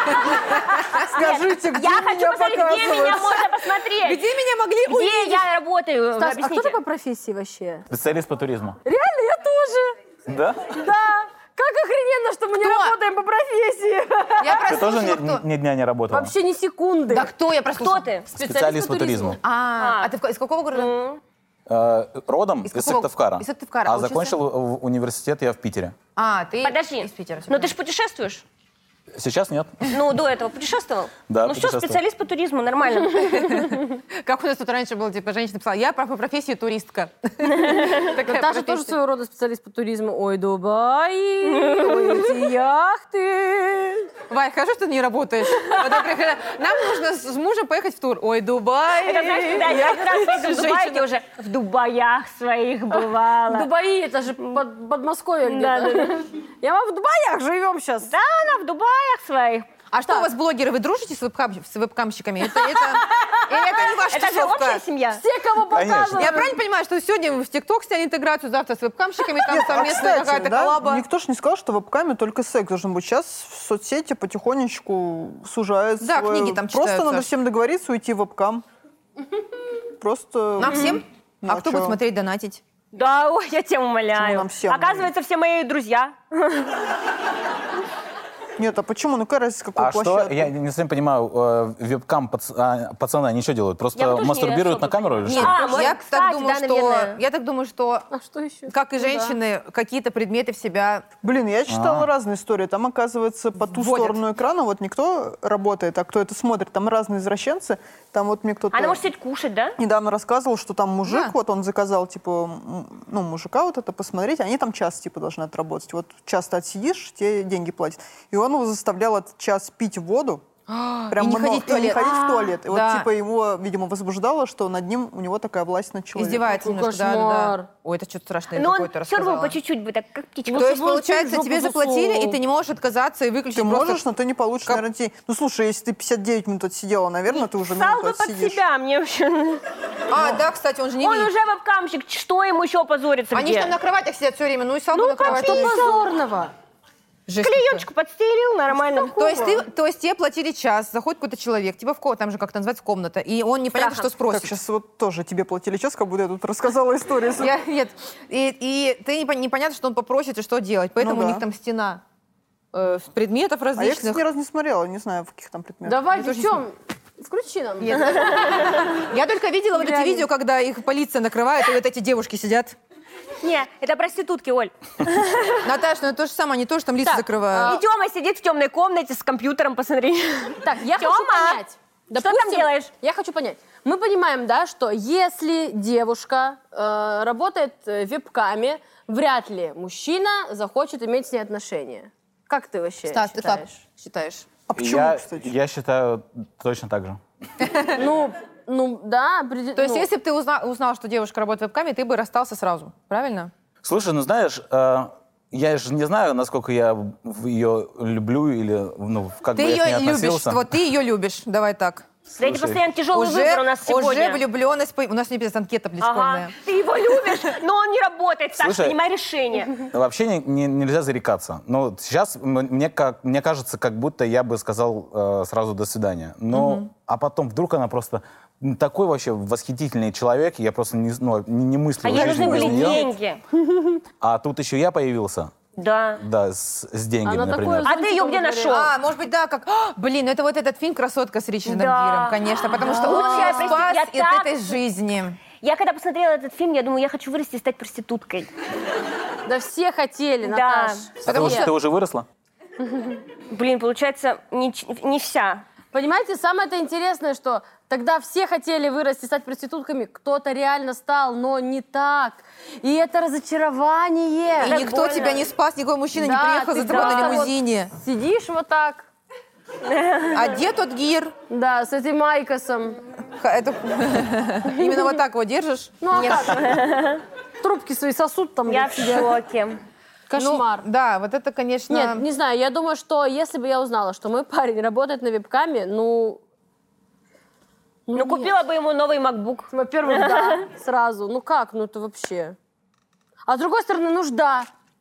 Скажите, где Я хочу меня посмотреть, где меня показывают? можно посмотреть. Где меня могли увидеть? Где я работаю? Стас, а кто Объясните. ты по профессии вообще? Специалист по туризму. Реально, я тоже. Да? Да. Как охрененно, что мы не Кто? работаем по профессии. Я Ты тоже прослушала, ни, кто... ни дня не работала? Вообще ни секунды. Да кто? Я Кто прослушала. ты? Специалист по туризму. А, А. а ты в ка- из какого города? Э, родом Из из, какого- Сыктывкара. из Сыктывкара. А А учился? закончил в- университет я в Питере. А, ты Подожди. из Питера. Ну ты же путешествуешь? Сейчас нет. Ну, до этого путешествовал? Да, Ну все, путешествовал. специалист по туризму, нормально. Как у нас тут раньше было, типа, женщина писала, я по профессии туристка. Наташа тоже своего рода специалист по туризму. Ой, Дубай, ой, эти яхты. Вай, хорошо, что ты не работаешь. Потом приходят, нам нужно с мужем поехать в тур. Ой, Дубай. Это знаешь, когда я один раз ездила в Дубае, Женщина. где уже в Дубаях своих В бывала. Дубае, это же под, Подмосковье Да, где-то. да, да. Я вам в Дубаях живем сейчас. Да, она в Дубаях своих. А что у вас, блогеры, вы дружите с, вебкам- с вебкамщиками? Это, это, или это не ваша Это же тусовка? общая семья. Все, кого Конечно. показывают. Я правильно понимаю, что сегодня в ТикТок стянет интеграцию, завтра с вебкамщиками, там А, совместная кстати, какая-то да, коллаба? никто же не сказал, что в вебкаме только секс должен быть. Сейчас в соцсети потихонечку сужают. Да, свой- книги там Просто читают, надо Саш. всем договориться, уйти в вебкам. Просто... Нам всем? Ну, а а кто чё? будет смотреть, донатить? Да, ой, я тебя умоляю. Почему нам всем? Оказывается, все мои друзья. Нет, а почему? Ну, какая разница, какую А что, площадку? я не совсем понимаю, э, вебкам пац- а, пацаны, они что делают? Я Просто вот тоже не мастурбируют особо на камеру или Нет, что? А, может, я кстати, так думаю, да, что... наверное. Я так думаю, что, А что еще? как и Ну да. женщины, какие-то предметы в себя... Блин, я читала А. разные истории. Там, оказывается, по ту Вводят. сторону экрана вот никто работает, а кто это смотрит, там разные извращенцы. Там вот мне кто-то Она может сидеть кушать, да? недавно рассказывал, что там мужик, Да. вот он заказал, типа, м, ну, мужика вот это посмотреть, они там час, типа, должны отработать. Вот час ты отсидишь, тебе деньги платят. И он его заставлял этот час пить воду, Прям И не много. ходить в И не туалет. ходить в туалет. И вот Да. типа его, видимо, возбуждало, что над ним у него такая власть над человеком. Издевается Какой немножко, да, да, кошмар. да. Ой, это что-то страшное Но он какое-то все равно рассказала. по чуть-чуть бы, так как птичка. Ну, То есть, чтобы он получается, чуть в тебе жопу заплатили, засунул. и ты не можешь отказаться и выключить Ты просто... можешь, но ты не получишь, Как- наверное, денег. Ну, слушай, если ты пятьдесят девять минут отсидела, наверное, ты уже Сал минуту бы под отсидишь. себя, мне вообще... А, да, кстати, он же не Он видит. уже вебкамщик, что ему еще позориться Они где? же там на кроватях сидят все время, ну и сам Ну на как, кровати. что позорного? Жесть Клеечку подстелил, нормально. какая. То есть, ты, то есть тебе платили час, заходит какой-то человек, типа в ко- там же как-то называется комната, и он непонятно, Страхом. что спросит. Так, сейчас вот тоже тебе платили час, как будто я тут рассказала историю. Я, нет, и, и ты не, пон- непонятно, что он попросит и что делать, поэтому Ну у да. них там стена э, предметов А я, различных. кстати, ни разу не смотрела, не знаю, в каких там предметах. Давай, тоже девчон, включи нам. Я только видела вот эти Реально. видео, когда их полиция накрывает, и вот эти девушки сидят. Не, это проститутки, Оль. Наташа, ну это то же самое, они тоже там лица Так, закрывают. И Тёма сидит в темной комнате с компьютером, посмотри. Так, я Тёма, хочу понять. что там делаешь? Я хочу понять. Мы понимаем, да, что если девушка э, работает э, в вебкаме, вряд ли мужчина захочет иметь с ней отношения. Как ты вообще Стас, ты как считаешь? считаешь? А почему, я, кстати? я считаю точно так же. Ну, ну да. определ- То есть, ну, если бы ты узнал, узнал, что девушка работает в вебкаме, ты бы расстался сразу, правильно? Слушай, ну знаешь, э, я же не знаю, насколько я в- ее люблю или ну, как Ты бы я к ней ее любишь, относился. вот ты ее любишь, давай так. Да это Слушай, постоянно тяжелый выбор у нас сегодня. уже влюбленность, по- у нас не пишет анкета, блядь, школьная. Ага, ты его любишь, но он не работает, Саша, Слушай, принимай решение. Вообще не- не- нельзя зарекаться. Но сейчас м- мне, как, мне кажется, как будто я бы сказал э, сразу «до свидания». Но, а потом вдруг она просто м, такой вообще восхитительный человек, я просто не, ну, не, не мыслю А ей жизни нужны без были нее. деньги. А тут еще я появился, Да. да, с, с деньгами, Она например. такое А ты ее где нашел? А, может быть, да, как... А, блин, ну это вот этот фильм «Красотка» с Ричардом Да. Гиром, конечно, потому что Лучше он я, ее прости, спас я от так- этой жизни. Я когда посмотрела этот фильм, я думаю, я хочу вырасти и стать проституткой. Да все хотели, Да. Наташ. Потому все. что ты уже выросла? Блин, получается, не, ч- не вся. Понимаете, самое-то интересное, что тогда все хотели вырасти, стать проститутками, кто-то реально стал, но не так. И это разочарование. И Так никто больно. тебя не спас, никакой мужчина Да, не приехал ты за тобой на просто вот лимузине. Сидишь вот так, А где тот Гир? да, с этим Майкосом. Ха, это- Именно вот так его держишь? Ну а как? Трубки свои сосуд там. Я блядь, в сидят. шоке. Кошмар. Ну, да, вот это, конечно... Нет, не знаю, я думаю, что если бы я узнала, что мой парень работает на вебкаме, ну... Ну, нет. купила бы ему новый MacBook. Во-первых, да, сразу. Ну как, ну это вообще... А с другой стороны, нужда.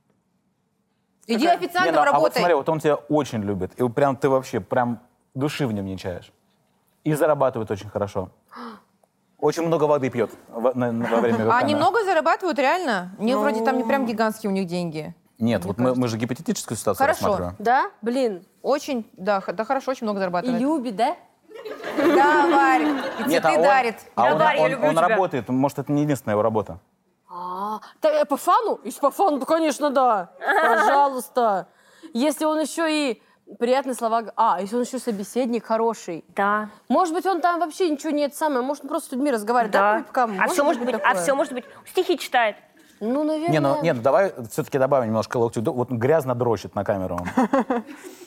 Иди Не, официантом ну, а вот работай. смотри, вот он тебя очень любит. И прям ты вообще прям души в нем не чаешь. И зарабатывает очень хорошо. Очень много воды пьет во, на- на- во время А вебкама. они много зарабатывают, реально? Мне вроде там не прям гигантские у них деньги. Нет, вот мы, мы же гипотетическую ситуацию Хорошо. рассматриваем. Да? Блин. Очень, да, х- да хорошо, очень много И зарабатывает. любит, да? Да, Варь, и Нет, цветы а он, дарит. а Да, он, Варя, я он- люблю он тебя. работает, может, это не единственная его работа. А, так, э, по фану? Если по фану, то, конечно, да. Пожалуйста. Если он еще и приятные слова... г- А, если он еще собеседник хороший. Да. Может быть, он там вообще ничего нет самое. Может, он просто с людьми разговаривает. Да, по вебкаму? А все может быть, а такое? все может быть. Стихи читает. Ну, наверное. Не, ну нет, давай все-таки добавим немножко локтю. Вот грязно дрочит на камеру он.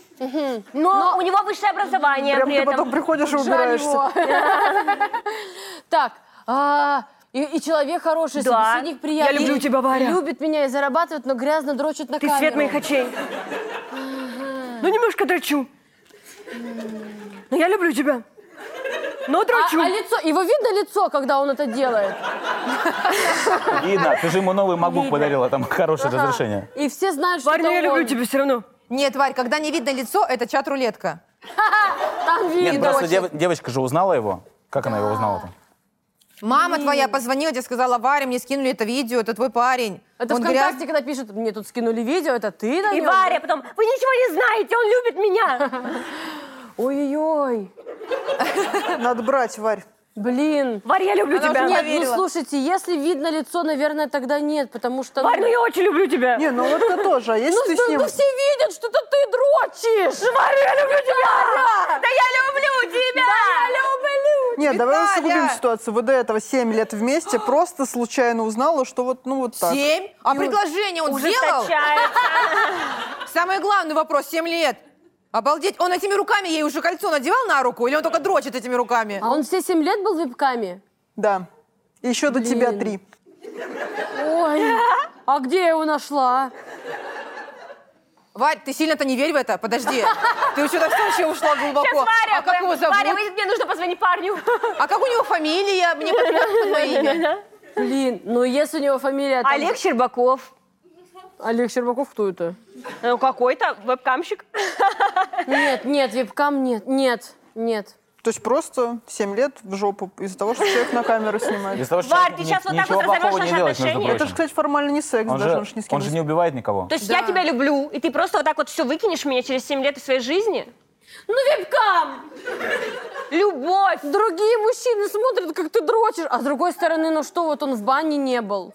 Но, у него высшее образование Прям при ты этом. потом приходишь и Жаль убираешься. его. Так, а, и, и человек хороший, Да. собеседник приятный. Я люблю И тебя, Варя. Любит меня и зарабатывает, но грязно дрочит на Ты камеру. свет моих очей. Ну, немножко дрочу. Но я люблю тебя. Но дрочу. А, а лицо, его видно лицо, когда он это делает? Видно, ты же ему новый MacBook Видно. подарила, там хорошее разрешение. И все знают, что Варя, ну это я люблю он. тебя все равно. Нет, Варь, когда не видно лицо, это чат-рулетка. Там видно. Нет, просто дрочит. дев- девочка же узнала его. Как она его узнала-то? Мама твоя позвонила тебе, сказала: Варя, мне скинули это видео, это твой парень. Это Он ВКонтакте, грязный. когда пишут, мне тут скинули видео, это ты на И нем? Варя потом, вы ничего не знаете, он любит меня. Ой-ой-ой. Надо брать, Варь. Блин. Варя, я люблю Она тебя. уже Нет, поверила. ну слушайте, если видно лицо, наверное, тогда нет, потому что... Варя, ну я очень люблю тебя. Не, ну вот это тоже. А если Ну, ты да, с ним... ну все видят, что это ты дрочишь! Варя, я люблю тебя. Да я люблю тебя. Нет, давай Виталя! усугубим ситуацию. Вы до этого семь лет вместе, просто случайно узнала, что вот, ну вот так. Семь? А предложение он сделал? Ужесточается. Самый главный вопрос, семь лет. Обалдеть, он этими руками ей уже кольцо надевал на руку, или он только дрочит этими руками? А он все семь лет был в вебкаме? Да. И еще до тебя три. Ой, а где я его нашла? Варь, ты сильно-то не верь в это? Подожди. Ты что-то все вообще ушла глубоко. Сейчас Варя, А как его зовут? Варя, вы- мне нужно позвонить парню. А как у него фамилия? Мне подходит мое имя. Блин, ну если у него фамилия... там- Олег Щербаков. Олег Щербаков, кто это? Ну, какой-то вебкамщик. Нет, нет, вебкам нет, нет, нет. То есть просто семь лет в жопу из-за того, что человек на камеру снимает. Из-за того, что Варь, человек ты ни- сейчас вот так ничего вот разорвешь плохого не наши делает, между отношения? прочим. Это же, кстати, формально не секс, Он даже же, он же ни с кем он не же не убивает никого. То есть Да. я тебя люблю, и ты просто вот так вот все выкинешь меня через семь лет из своей жизни? Ну вебкам! Любовь! Другие мужчины смотрят, как ты дрочишь, а с другой стороны, ну что, вот он в бане не был.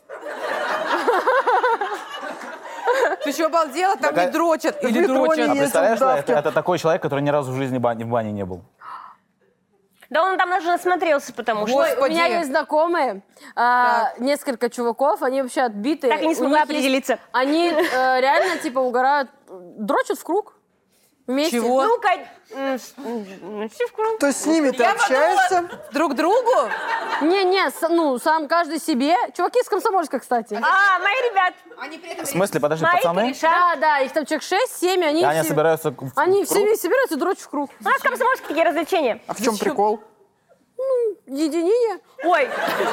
Ты что, обалдела? Там Так, не дрочат. в Или метро не дрочат. А ездил представляешь, в что давке. это, это такой человек, который ни разу в жизни бани- в бане не был. Да он там даже насмотрелся, потому что... Вот. Ой, у Господи. меня есть знакомые, а, несколько чуваков, они вообще отбитые. Так и не У смогла них есть- определиться. Они э, реально, типа, угорают, дрочат в круг. Вместе. Чего? Ну-ка, м, с- м, все в круг. То есть с ними ты Я общаешься? подумала, друг другу? Не-не, с- ну, сам каждый себе. Чуваки из Комсомольска, кстати. А, мои ребят, Они при этом... В смысле, подожди, мои пацаны? кореша. Да, да, их там человек шесть-семь, они, И они все, собираются в- они в круг? все собираются и дрочат в круг. У нас в Комсомольске такие развлечения. А в чем Зачем? прикол? Единение. Ой,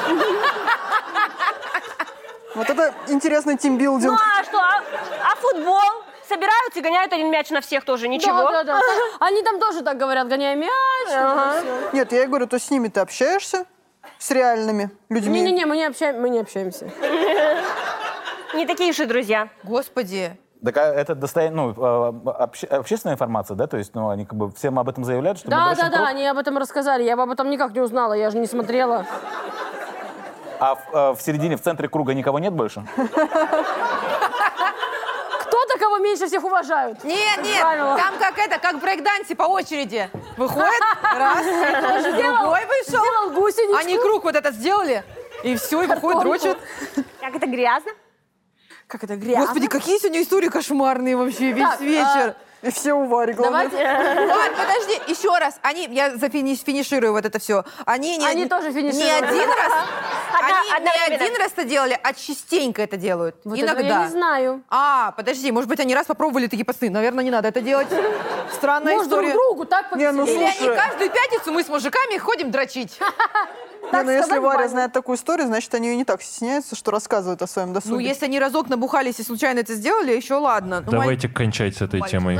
Вот это интересный тимбилдинг. ну а что, а, а футбол? Собираются и гоняют один мяч на всех тоже, ничего. Да, да, да. Они там тоже так говорят, гоняя мяч. Ага. Нет, я и говорю, то с ними ты общаешься? С реальными людьми? Не-не-не, мы не, общаем, мы не общаемся. Не такие уж и друзья. Господи. Так а это достояние, ну, э, обще- общественная информация, да? То есть, ну, они как бы всем об этом заявляют, что мы Да, дрочим да, в да, круг? они об этом рассказали. Я бы об этом никак не узнала, я же не смотрела. А в, э, в середине, в центре круга никого нет больше? Кто-то, кого меньше всех уважают. Нет, нет, Правило. там как это, как в брейкдансе по очереди. Выходит, раз, другой вышел. Сделал гусеничку. Они круг вот этот сделали, и все, и выходит, дрочат. Как это грязно. Как это грязно. Господи, какие сегодня истории кошмарные вообще, весь Так, вечер. И все у Вари, главное. Давайте. Ладно, подожди, еще раз. Они, я зафиниширую вот это все. Они, не, Они тоже не финишируют. один раз, Одна- они не одновременно. один раз это делали, а частенько это делают. Вот Иногда. этого я не знаю. А, подожди, может быть, они раз попробовали такие посты. Наверное, не надо это делать. Странная Может, друг история. другу так Не, ну повеселее. Или они Слушай. каждую пятницу мы с мужиками ходим дрочить. Не, ну если сказать, Варя Ваня. знает такую историю, значит, они ее не так стесняются, что рассказывают о своем досуге. Ну, если они разок набухались и случайно это сделали, еще ладно. Ну, Давайте кончать с этой темой.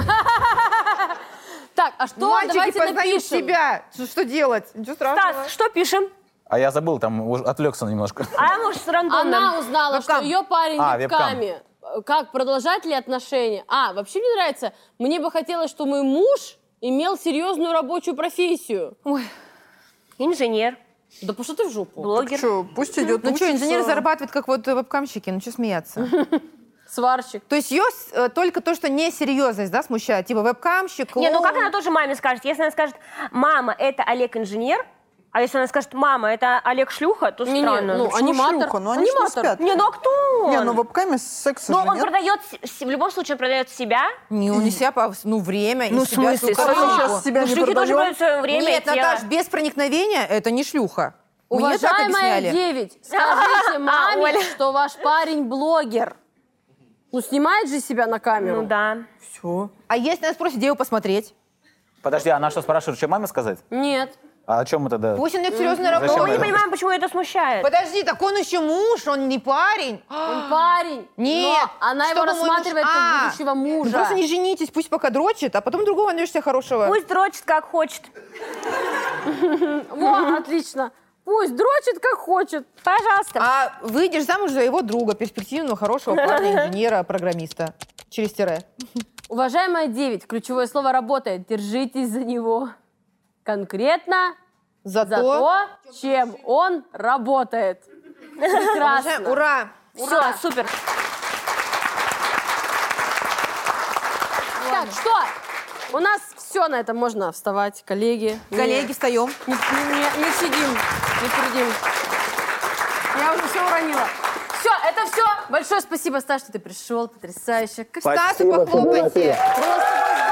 Так, а что? Мальчики Давайте познают напишем. себя. Что, что делать? Ничего страшного. Стас, что пишем? А я забыл, там уже отвлекся немножко. А может, с рандомным? Она узнала, Вебкам. что ее парень А, в вебкаме. Как, продолжать ли отношения? А, вообще мне нравится. Мне бы хотелось, чтобы мой муж имел серьезную рабочую профессию. Инженер, Да пошел ты в жопу. блогер. Что, пусть идет Ну что, учиться. инженер зарабатывает, как вот вебкамщики, ну что смеяться? Сварщик. То есть ее э, только то, что несерьезность, да, смущает? Типа вебкамщик, Не, ну клоун. как она тоже маме скажет? Если она скажет, мама, это Олег инженер, а если она скажет, мама, это Олег шлюха, то Не-не, странно. ну, Почему аниматор. шлюха? Ну они ж не Аниматор. спят. Не, ну а кто он? Не, ну вебками секса Ну, же он нет. продает, с- в любом случае, он продает себя. Не, он не себя, а, ну, время. и Ну, в себя, смысле? свою А мы коробку. сейчас себя Ну, не шлюхи тоже продаем. продают свое время Нет, и тело. Наташ, без проникновения это не шлюха. Мне так Уважаемая объясняли. девять, скажите маме, Оля. что ваш парень блогер. Ну, снимает же себя на камеру. Ну да. Все. А если она спросит, где его посмотреть? Подожди, она что спрашивает, что маме сказать? Нет. А о чем мы тогда? Пусть он имеет серьезную Зачем работу. Мы не это? понимаем, почему это смущает. Подожди, так он еще муж, он не парень. Он парень. Нет. Но она его чтобы мой рассматривает муж- как А, будущего ну мужа. Просто не женитесь, пусть пока дрочит, а потом другого найдешь себе хорошего. Пусть дрочит, как хочет. Во, отлично. Пусть дрочит, как хочет. Пожалуйста. А выйдешь замуж за его друга, перспективного, хорошего парня, инженера, программиста. Через тире. Уважаемая девять, ключевое слово работает. Держитесь за него. Конкретно Зато... за то, чем он работает. Прекрасно. Уважаем- Ура! Все, супер. Так, что? У нас все на этом. Можно вставать, коллеги. Коллеги, встаем. Не, не- не- не сидим, не пердим. Я уже все уронила. Все, это все. Большое спасибо, Стас, что ты пришел. Потрясающе. Как Стасу похлопайте. просто